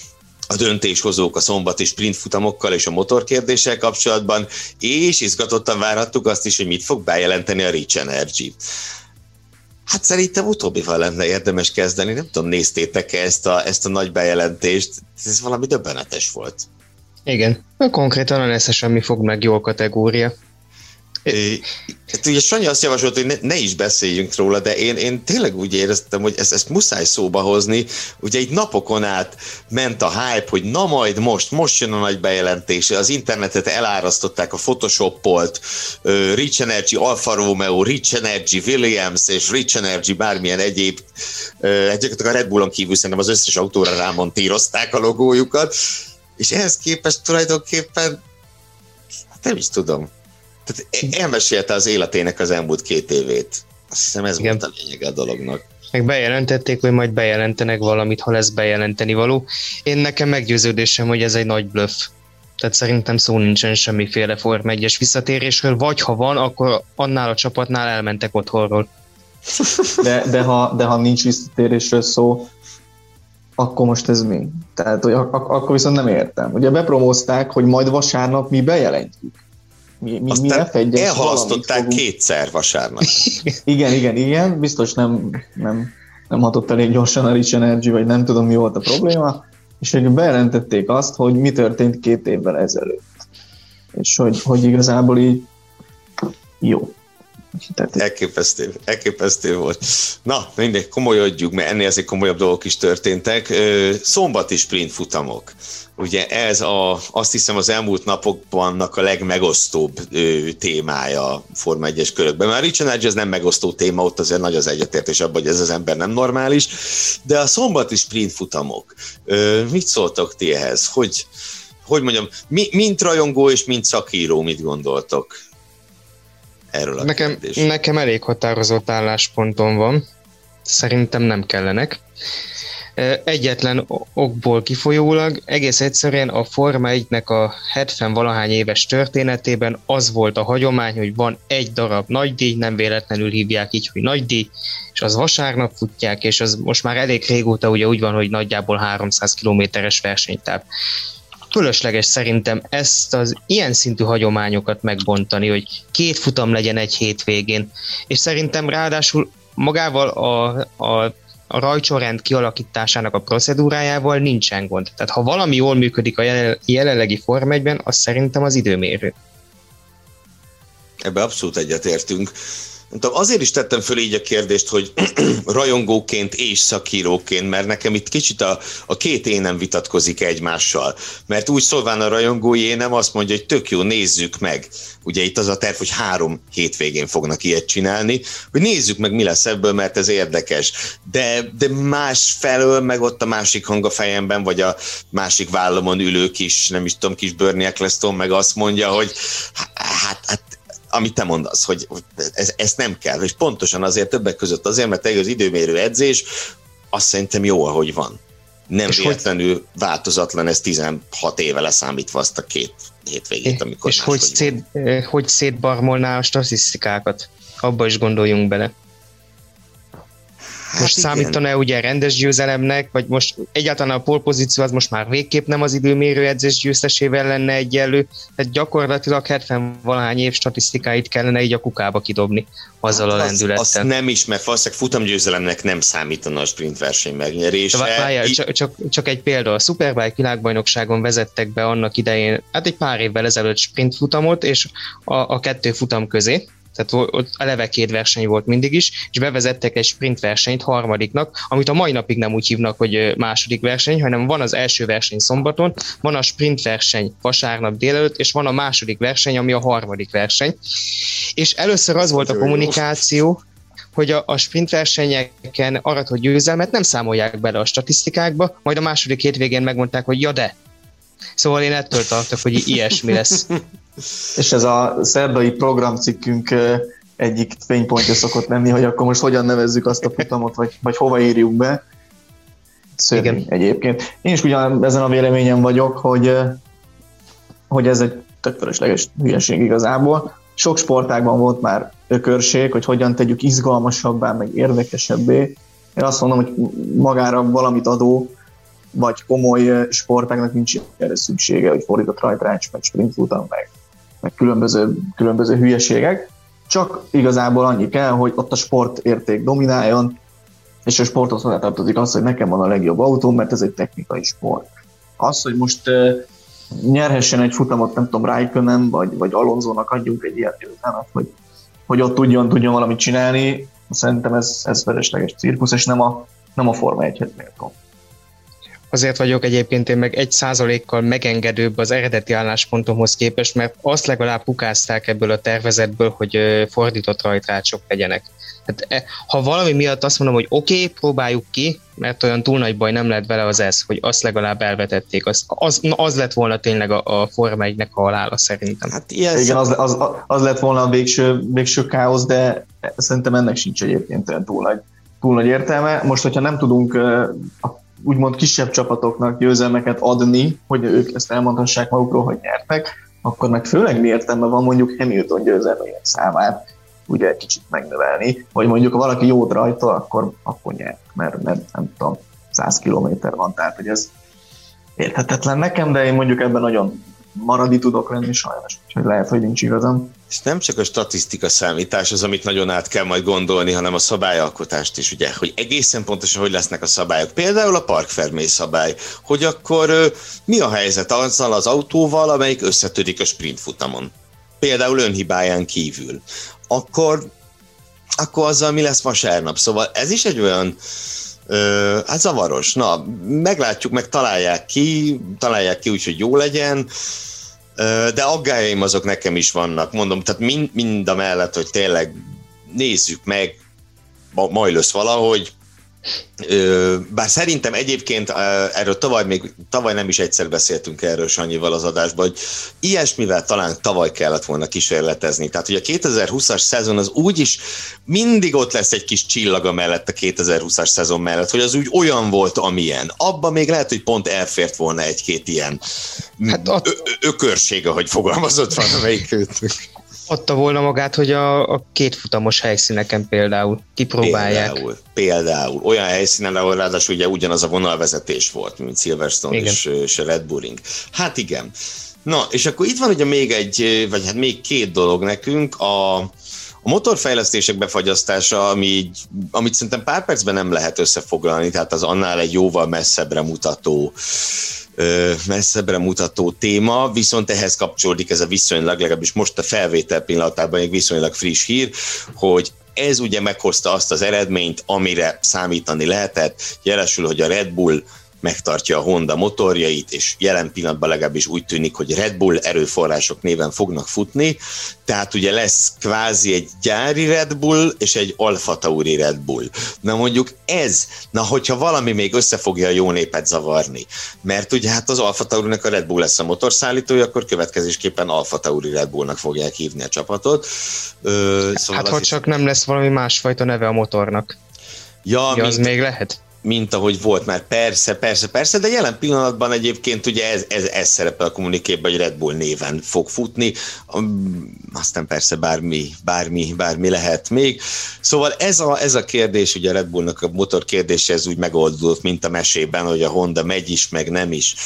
a döntéshozók a szombati sprintfutamokkal és a motorkérdéssel kapcsolatban, és izgatottan várhattuk azt is, hogy mit fog bejelenteni a Rich Energy. Hát szerintem utóbbival lenne érdemes kezdeni, nem tudom, néztétek-e ezt a nagy bejelentést, ez valami döbbenetes volt. Igen, konkrétan a lesz semmi fog meg jó kategória. Hát ugye Sanyi azt javasolt, hogy ne is beszéljünk róla, de én tényleg úgy éreztem, hogy ezt muszáj szóba hozni. Ugye itt napokon át ment a hype, hogy na majd most jön a nagy bejelentés, az internetet elárasztották, a Photoshopolt, Rich Energy Alfa Romeo, Rich Energy Williams és Rich Energy bármilyen egyéb, a Red Bullon kívül szerintem az összes autóra rámontírozták a logójukat, és ehhez képest tulajdonképpen nem is tudom. Tehát elmesélte az életének az elmúlt 2 évét. Azt hiszem ez volt a lényege a dolognak. Meg bejelentették, hogy majd bejelentenek valamit, ha lesz bejelenteni való. Nekem meggyőződésem, hogy ez egy nagy bluff. Tehát szerintem szó nincsen semmiféle Forma 1-es visszatérésről, vagy ha van, akkor annál a csapatnál elmentek otthonról. De ha nincs visszatérésről szó, akkor most ez mi? Tehát, hogy akkor viszont nem értem. Ugye bepromózták, hogy majd vasárnap mi bejelentjük. Aztán elhalasztották 2-szer vasárnap. Igen, biztos nem hatott elég gyorsan a Rich Energy, vagy nem tudom mi volt a probléma, és hogy bejelentették azt, hogy mi történt 2 évvel ezelőtt. És hogy igazából így jó. Elképesztő volt. Na, mindegy, komolyodjuk, mert ennél azért komolyabb dolgok is történtek. Szombati sprint futamok. Ugye ez azt hiszem az elmúlt napokbannak a legmegosztóbb témája a Forma 1-es körökben. Már Rich Energy ez nem megosztó téma, ott azért nagy az egyetértés abban, hogy ez az ember nem normális, de a szombati sprint futamok. Mit szóltok ti ehhez? Hogy mondjam, mint rajongó és mint szakíró mit gondoltok erről a kérdésről? Nekem elég határozott állásponton van. Szerintem nem kellenek. Egyetlen okból kifolyólag egész egyszerűen a Forma 1-nek a 70-valahány éves történetében az volt a hagyomány, hogy van egy darab nagydíj, nem véletlenül hívják így, hogy nagydíj, és az vasárnap futják, és az most már elég régóta ugye úgy van, hogy nagyjából 300 kilométeres versenytáv. Fölösleges szerintem ezt az ilyen szintű hagyományokat megbontani, hogy 2 futam legyen egy hétvégén, és szerintem ráadásul magával a rajtsorrend kialakításának a procedúrájával nincsen gond. Tehát ha valami jól működik a jelenlegi Forma 1-ben, az szerintem az időmérő. Ebbe abszolút egyetértünk. Azért is tettem föl így a kérdést, hogy rajongóként és szakíróként, mert nekem itt kicsit a két énem vitatkozik egymással. Mert úgy szólván a rajongói énem azt mondja, hogy tök jó, nézzük meg. Ugye itt az a terv, hogy 3 hétvégén fognak ilyet csinálni, hogy nézzük meg, mi lesz ebből, mert ez érdekes. De másfelől meg ott a másik hang a fejemben, vagy a másik vállamon ülő kis, nem is tudom, kis Bernie Eccleston meg azt mondja, hogy hát amit te mondasz, hogy ezt nem kell, és pontosan azért többek között azért, mert az időmérő edzés, azt szerintem jó, ahogy van. Nem véletlenül változatlan, ez 16 éve leszámítva azt a 2 hétvégét, amikor és hogy szétbarmolná a statisztikákat? Abba is gondoljunk bele. Most számítana-e ugye rendes győzelemnek, vagy most egyáltalán a polpozíció az most már végképp nem az időmérő edzés győztesével lenne egyenlő, tehát gyakorlatilag 70-valahány év statisztikáit kellene így a kukába kidobni azzal a lendülettel. Azt nem is, mert valószínűleg futamgyőzelemnek nem számítana a sprint verseny megnyerése. Várjál, csak egy példa, a Superbike világbajnokságon vezettek be annak idején, hát egy pár évvel ezelőtt sprint futamot, és a 2 futam közé, tehát ott eleve 2 verseny volt mindig is, és bevezettek egy sprint versenyt harmadiknak, amit a mai napig nem úgy hívnak, hogy második verseny, hanem van az első verseny szombaton, van a sprint verseny vasárnap délelőtt, és van a második verseny, ami a harmadik verseny. És először az volt a kommunikáció, hogy a sprint versenyeken aratott győzelmet nem számolják bele a statisztikákba, majd a második hétvégén megmondták, hogy ja de. Szóval én ettől tartok, hogy ilyesmi lesz. És ez a szerdai programcikkünk egyik fénypontja szokott lenni, hogy akkor most hogyan nevezzük azt a futamot, vagy hova írjuk be. Szörnyű egyébként. Én is ugyan ezen a véleményen vagyok, hogy ez egy tök fölösleges hülyeség igazából. Sok sportágban volt már ökörség, hogy hogyan tegyük izgalmasabbá, meg érdekesebbé. Én azt mondom, hogy magára valamit adó vagy komoly sportágnak nincs erre szüksége, hogy fordított rajtrács, meg sprintfutam, meg különböző hülyeségek. Csak igazából annyi kell, hogy ott a sportérték domináljon, és a sporthoz hozzátartozik az, hogy nekem van a legjobb autóm, mert ez egy technikai sport. Az, hogy most nyerhessen egy futamot, nem tudom, Raikkonen, vagy Alonsónak adjunk egy ilyen győzelmet, hogy ott tudjon valamit csinálni, szerintem ez felesleges cirkusz, és nem a Forma 1-hez méltó. Azért vagyok egyébként én meg 1%-kal megengedőbb az eredeti álláspontomhoz képest, mert azt legalább pukázták ebből a tervezetből, hogy fordított rajtrácsok legyenek. Hát, ha valami miatt azt mondom, hogy oké, próbáljuk ki, mert olyan túl nagy baj nem lehet vele, az ez, hogy azt legalább elvetették. Az lett volna tényleg a Forma 1-nek a halála szerintem. Hát igen, az lett volna a végső káosz, de szerintem ennek sincs egyébként túl nagy értelme. Most, hogyha nem tudunk úgymond kisebb csapatoknak győzelmeket adni, hogy ők ezt elmondhassák magukról, hogy nyertek, akkor meg főleg mi értelme van mondjuk Hamilton győzelmének számát ugye egy kicsit megnövelni, vagy mondjuk ha valaki jót rajta, akkor nyert, mert nem tudom, 100 kilométer van, tehát hogy ez érthetetlen nekem, de én mondjuk ebben nagyon maradi tudok lenni sajnos, úgyhogy lehet, hogy nincs igazam. És nem csak a statisztika számítás az, amit nagyon át kell majd gondolni, hanem a szabályalkotást is, ugye, hogy egészen pontosan hogy lesznek a szabályok. Például a Parc Fermé szabály, hogy akkor mi a helyzet azzal az autóval, amelyik összetörik a sprintfutamon. Például önhibáján kívül. Akkor azzal mi lesz vasárnap? Szóval ez is egy olyan hát zavaros. Na, meglátjuk, meg találják ki úgy, hogy jó legyen, de aggályaim azok nekem is vannak. Mondom, tehát mind a mellett, hogy tényleg nézzük meg, majd lesz valahogy. Bár szerintem egyébként erről tavaly nem is egyszer beszéltünk erről Sanyival az adásban, hogy ilyesmivel talán tavaly kellett volna kísérletezni. Tehát, hogy a 2020-as szezon az úgyis mindig ott lesz egy kis csillaga mellett a 2020-as szezon mellett, hogy az úgy olyan volt, amilyen. Abban még lehet, hogy pont elfért volna egy-két ilyen ökörség, ahogy fogalmazott van, amelyik őtük. Adta volna magát, hogy a kétfutamos helyszíneken például kipróbálják. Például olyan helyszínen, ahol ráadásul ugye ugyanaz a vonalvezetés volt, mint Silverstone és a Red Bull Ring. Hát igen. Na, és akkor itt van ugye még két dolog nekünk, a motorfejlesztések befagyasztása, amit szerintem pár percben nem lehet összefoglalni, tehát az annál egy jóval messzebbre mutató téma, viszont ehhez kapcsolódik ez a viszonylag, legalábbis most a felvétel pillanatában egy viszonylag friss hír, hogy ez ugye meghozta azt az eredményt, amire számítani lehetett, jelesül, hogy a Red Bull megtartja a Honda motorjait, és jelen pillanatban legalábbis úgy tűnik, hogy Red Bull erőforrások néven fognak futni, tehát ugye lesz kvázi egy gyári Red Bull és egy Alfa Tauri Red Bull. Na mondjuk hogyha valami még össze fogja a jó népet zavarni, mert ugye hát az Alfa Taurinak a Red Bull lesz a motorszállítója, akkor következésképpen Alfa Tauri Red Bullnak fogják hívni a csapatot. Szóval hát ha csak nem lesz valami másfajta neve a motornak. Az még lehet? Mint ahogy volt már, persze, de jelen pillanatban egyébként ugye ez szerepel a kommunikében, hogy Red Bull néven fog futni, aztán persze bármi lehet még. Szóval ez a kérdés, ugye a Red Bullnak a motor kérdése, ez úgy megoldódott, mint a mesében, hogy a Honda megy is, meg nem is.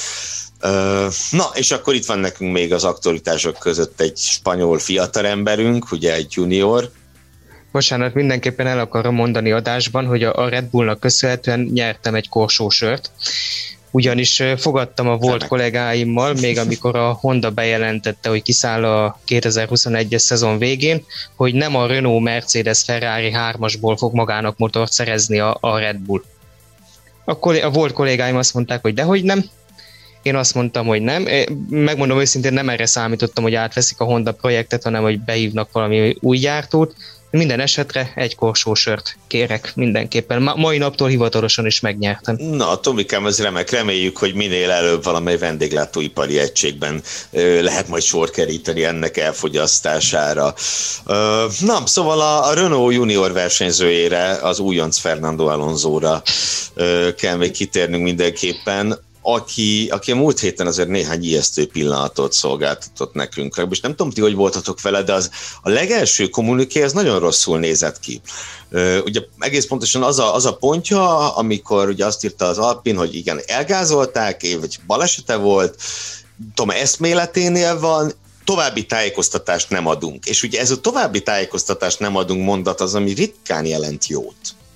Na, és akkor itt van nekünk még az aktualitások között egy spanyol fiatalemberünk, ugye egy junior. Bocsánat, mindenképpen el akarom mondani adásban, hogy a Red Bullnak köszönhetően nyertem egy korsósört, ugyanis fogadtam a volt kollégáimmal, még amikor a Honda bejelentette, hogy kiszáll a 2021-es szezon végén, hogy nem a Renault, Mercedes, Ferrari 3-asból fog magának motort szerezni a Red Bull. A volt kollégáim azt mondták, hogy dehogy nem. Én azt mondtam, hogy nem. Megmondom őszintén, nem erre számítottam, hogy átveszik a Honda projektet, hanem hogy behívnak valami új gyártót. Minden esetre egy korsósört kérek mindenképpen. Mai naptól hivatalosan is megnyertem. Na, Tomikám, ez remek. Reméljük, hogy minél előbb valamely vendéglátóipari egységben lehet majd sor keríteni ennek elfogyasztására. Na, szóval a Renault junior versenyzőjére, az újonc Fernando Alonsóra kell még kitérnünk mindenképpen, aki a múlt héten azért néhány ijesztő pillanatot szolgáltatott nekünk. És nem tudom ti, hogy voltatok vele, de a legelső kommuniké az nagyon rosszul nézett ki. Ugye egész pontosan az a pontja, amikor ugye azt írta az Alpine, hogy igen, elgázolták, vagy balesete volt, tudom, eszméleténél van, további tájékoztatást nem adunk. És ugye ez a további tájékoztatást nem adunk mondat az, ami ritkán jelent jót.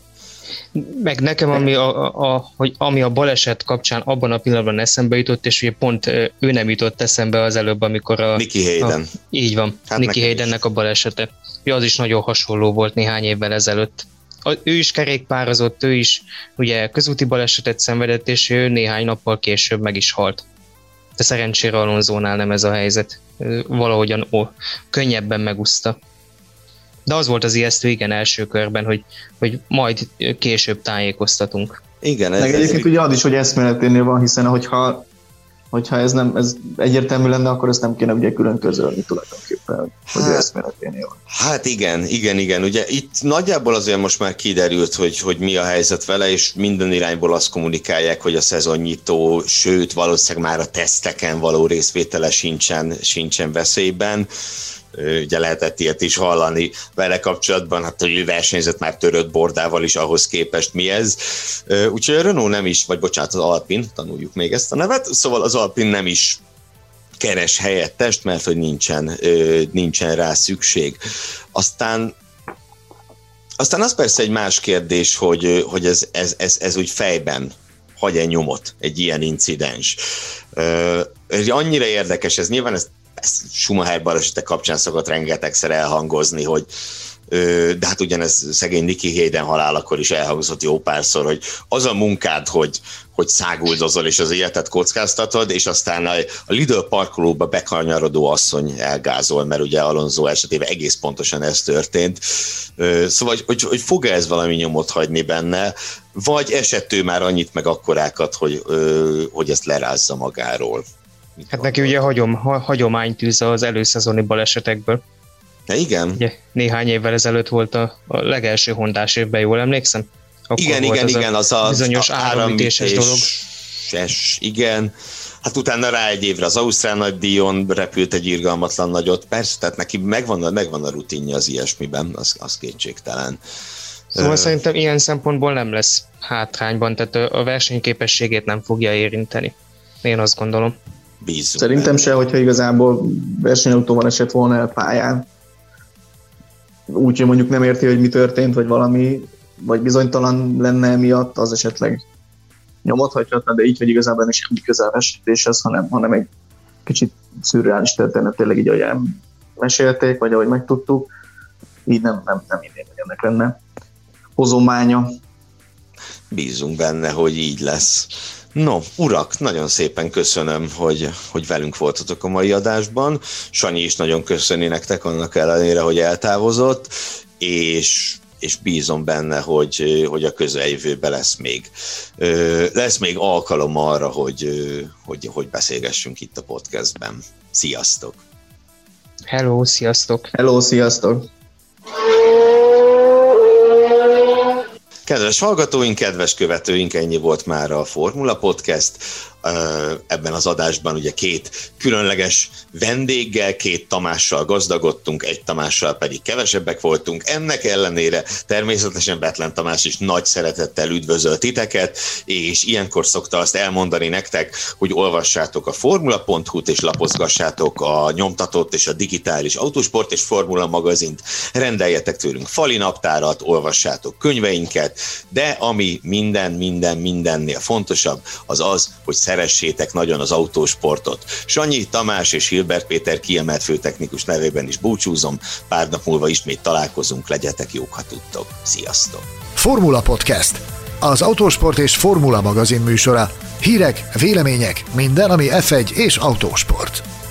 Meg nekem, ami a baleset kapcsán abban a pillanatban eszembe jutott, és ugye pont ő nem jutott eszembe az előbb, amikor Nicky Hayden. Így van, hát Nicky Haydennek a balesete. Az is nagyon hasonló volt néhány évvel ezelőtt. Ő is kerékpározott, ő is ugye közúti balesetet szenvedett, és ő néhány nappal később meg is halt. De szerencsére Alonsónál nem ez a helyzet. Valahogyan könnyebben megúszta. De az volt az ijesztő, igen, első körben, hogy majd később tájékoztatunk. Igen, meg egyébként ugye az is, hogy eszméleténél van, hiszen hogyha ez egyértelmű lenne, akkor ezt nem kéne ugye külön közölni tulajdonképpen, hogy eszméleténél van. Hát igen. Ugye itt nagyjából azért most már kiderült, hogy mi a helyzet vele, és minden irányból azt kommunikálják, hogy a szezonnyitó, sőt valószínűleg már a teszteken való részvétele sincsen veszélyben. Ugye lehetett ilyet is hallani vele kapcsolatban, hát hogy versenyzett már törött bordával is ahhoz képest mi ez. Úgyhogy a Renault nem is, vagy bocsánat, az Alpine, tanuljuk még ezt a nevet, szóval az Alpine nem is keres helyettest, mert hogy nincsen rá szükség. Aztán az persze egy más kérdés, hogy ez úgy fejben hagy-e nyomot, egy ilyen incidens. Annyira érdekes ez, nyilván ez Schumacher balesete kapcsán szokott rengetegszer elhangozni, hogy de hát ugyanez szegény Nicky Hayden halálakor is elhangzott jó párszor, hogy az a munkád, hogy száguldozol és az életet kockáztatod, és aztán a Lidl parkolóba bekanyarodó asszony elgázol, mert ugye Alonso esetében egész pontosan ez történt. Szóval, hogy fog-e ez valami nyomot hagyni benne, vagy esett ő már annyit meg akkorákat, hogy ezt lerázza magáról. Hát neki ugye hagyománytűz az előszezoni balesetekből. Ja, igen. Ugye, néhány évvel ezelőtt volt a legelső Hondás évben, jól emlékszem? Akkor igen, az a bizonyos áramütéses dolog. Igen. Hát utána rá egy évre az Ausztrál nagydíjon repült egy irgalmatlan nagyot. Persze, tehát neki megvan a rutinja az ilyesmiben, az kétségtelen. Szóval szerintem ilyen szempontból nem lesz hátrányban, tehát a versenyképességét nem fogja érinteni. Én azt gondolom. Bízunk. Szerintem se, hogyha igazából versenyautóval esett volna el pályán. Úgyhogy mondjuk nem érti, hogy mi történt, vagy valami, vagy bizonytalan lenne emiatt, az esetleg nyomot hagyhatna, de így, hogy igazából nem semmi közel vezetéshez, hanem egy kicsit szürreális történet, tényleg így, ahogy mesélték, vagy ahogy megtudtuk, így nem idén, hogy ennek lenne hozománya. Bízunk benne, hogy így lesz. No, urak, nagyon szépen köszönöm, hogy velünk voltatok a mai adásban. Sanyi is nagyon köszöni nektek annak ellenére, hogy eltávozott, és bízom benne, hogy a közeljövőben lesz még alkalom arra, hogy beszélgessünk itt a podcastben. Sziasztok! Hello, sziasztok! Hello, sziasztok! Kedves hallgatóink, kedves követőink, ennyi volt már a Formula Podcast. Ebben az adásban ugye 2 különleges vendéggel, 2 Tamással gazdagodtunk, 1 Tamással pedig kevesebbek voltunk. Ennek ellenére természetesen Betlen Tamás is nagy szeretettel üdvözöl titeket, és ilyenkor szokta azt elmondani nektek, hogy olvassátok a formula.hu-t és lapozgassátok a nyomtatott és a digitális autósport és formula magazint, rendeljetek tőlünk fali naptárat, olvassátok könyveinket, de ami mindennél fontosabb, az, hogy szeressétek nagyon az autósportot. Sanyi, Tamás és Hilbert Péter kiemelt főtechnikus nevében is búcsúzom. Pár nap múlva ismét találkozunk, legyetek jók, ha tudtok. Sziasztok! Formula Podcast, az autósport és formula magazin műsora. Hírek, vélemények, minden, ami F1 és autósport.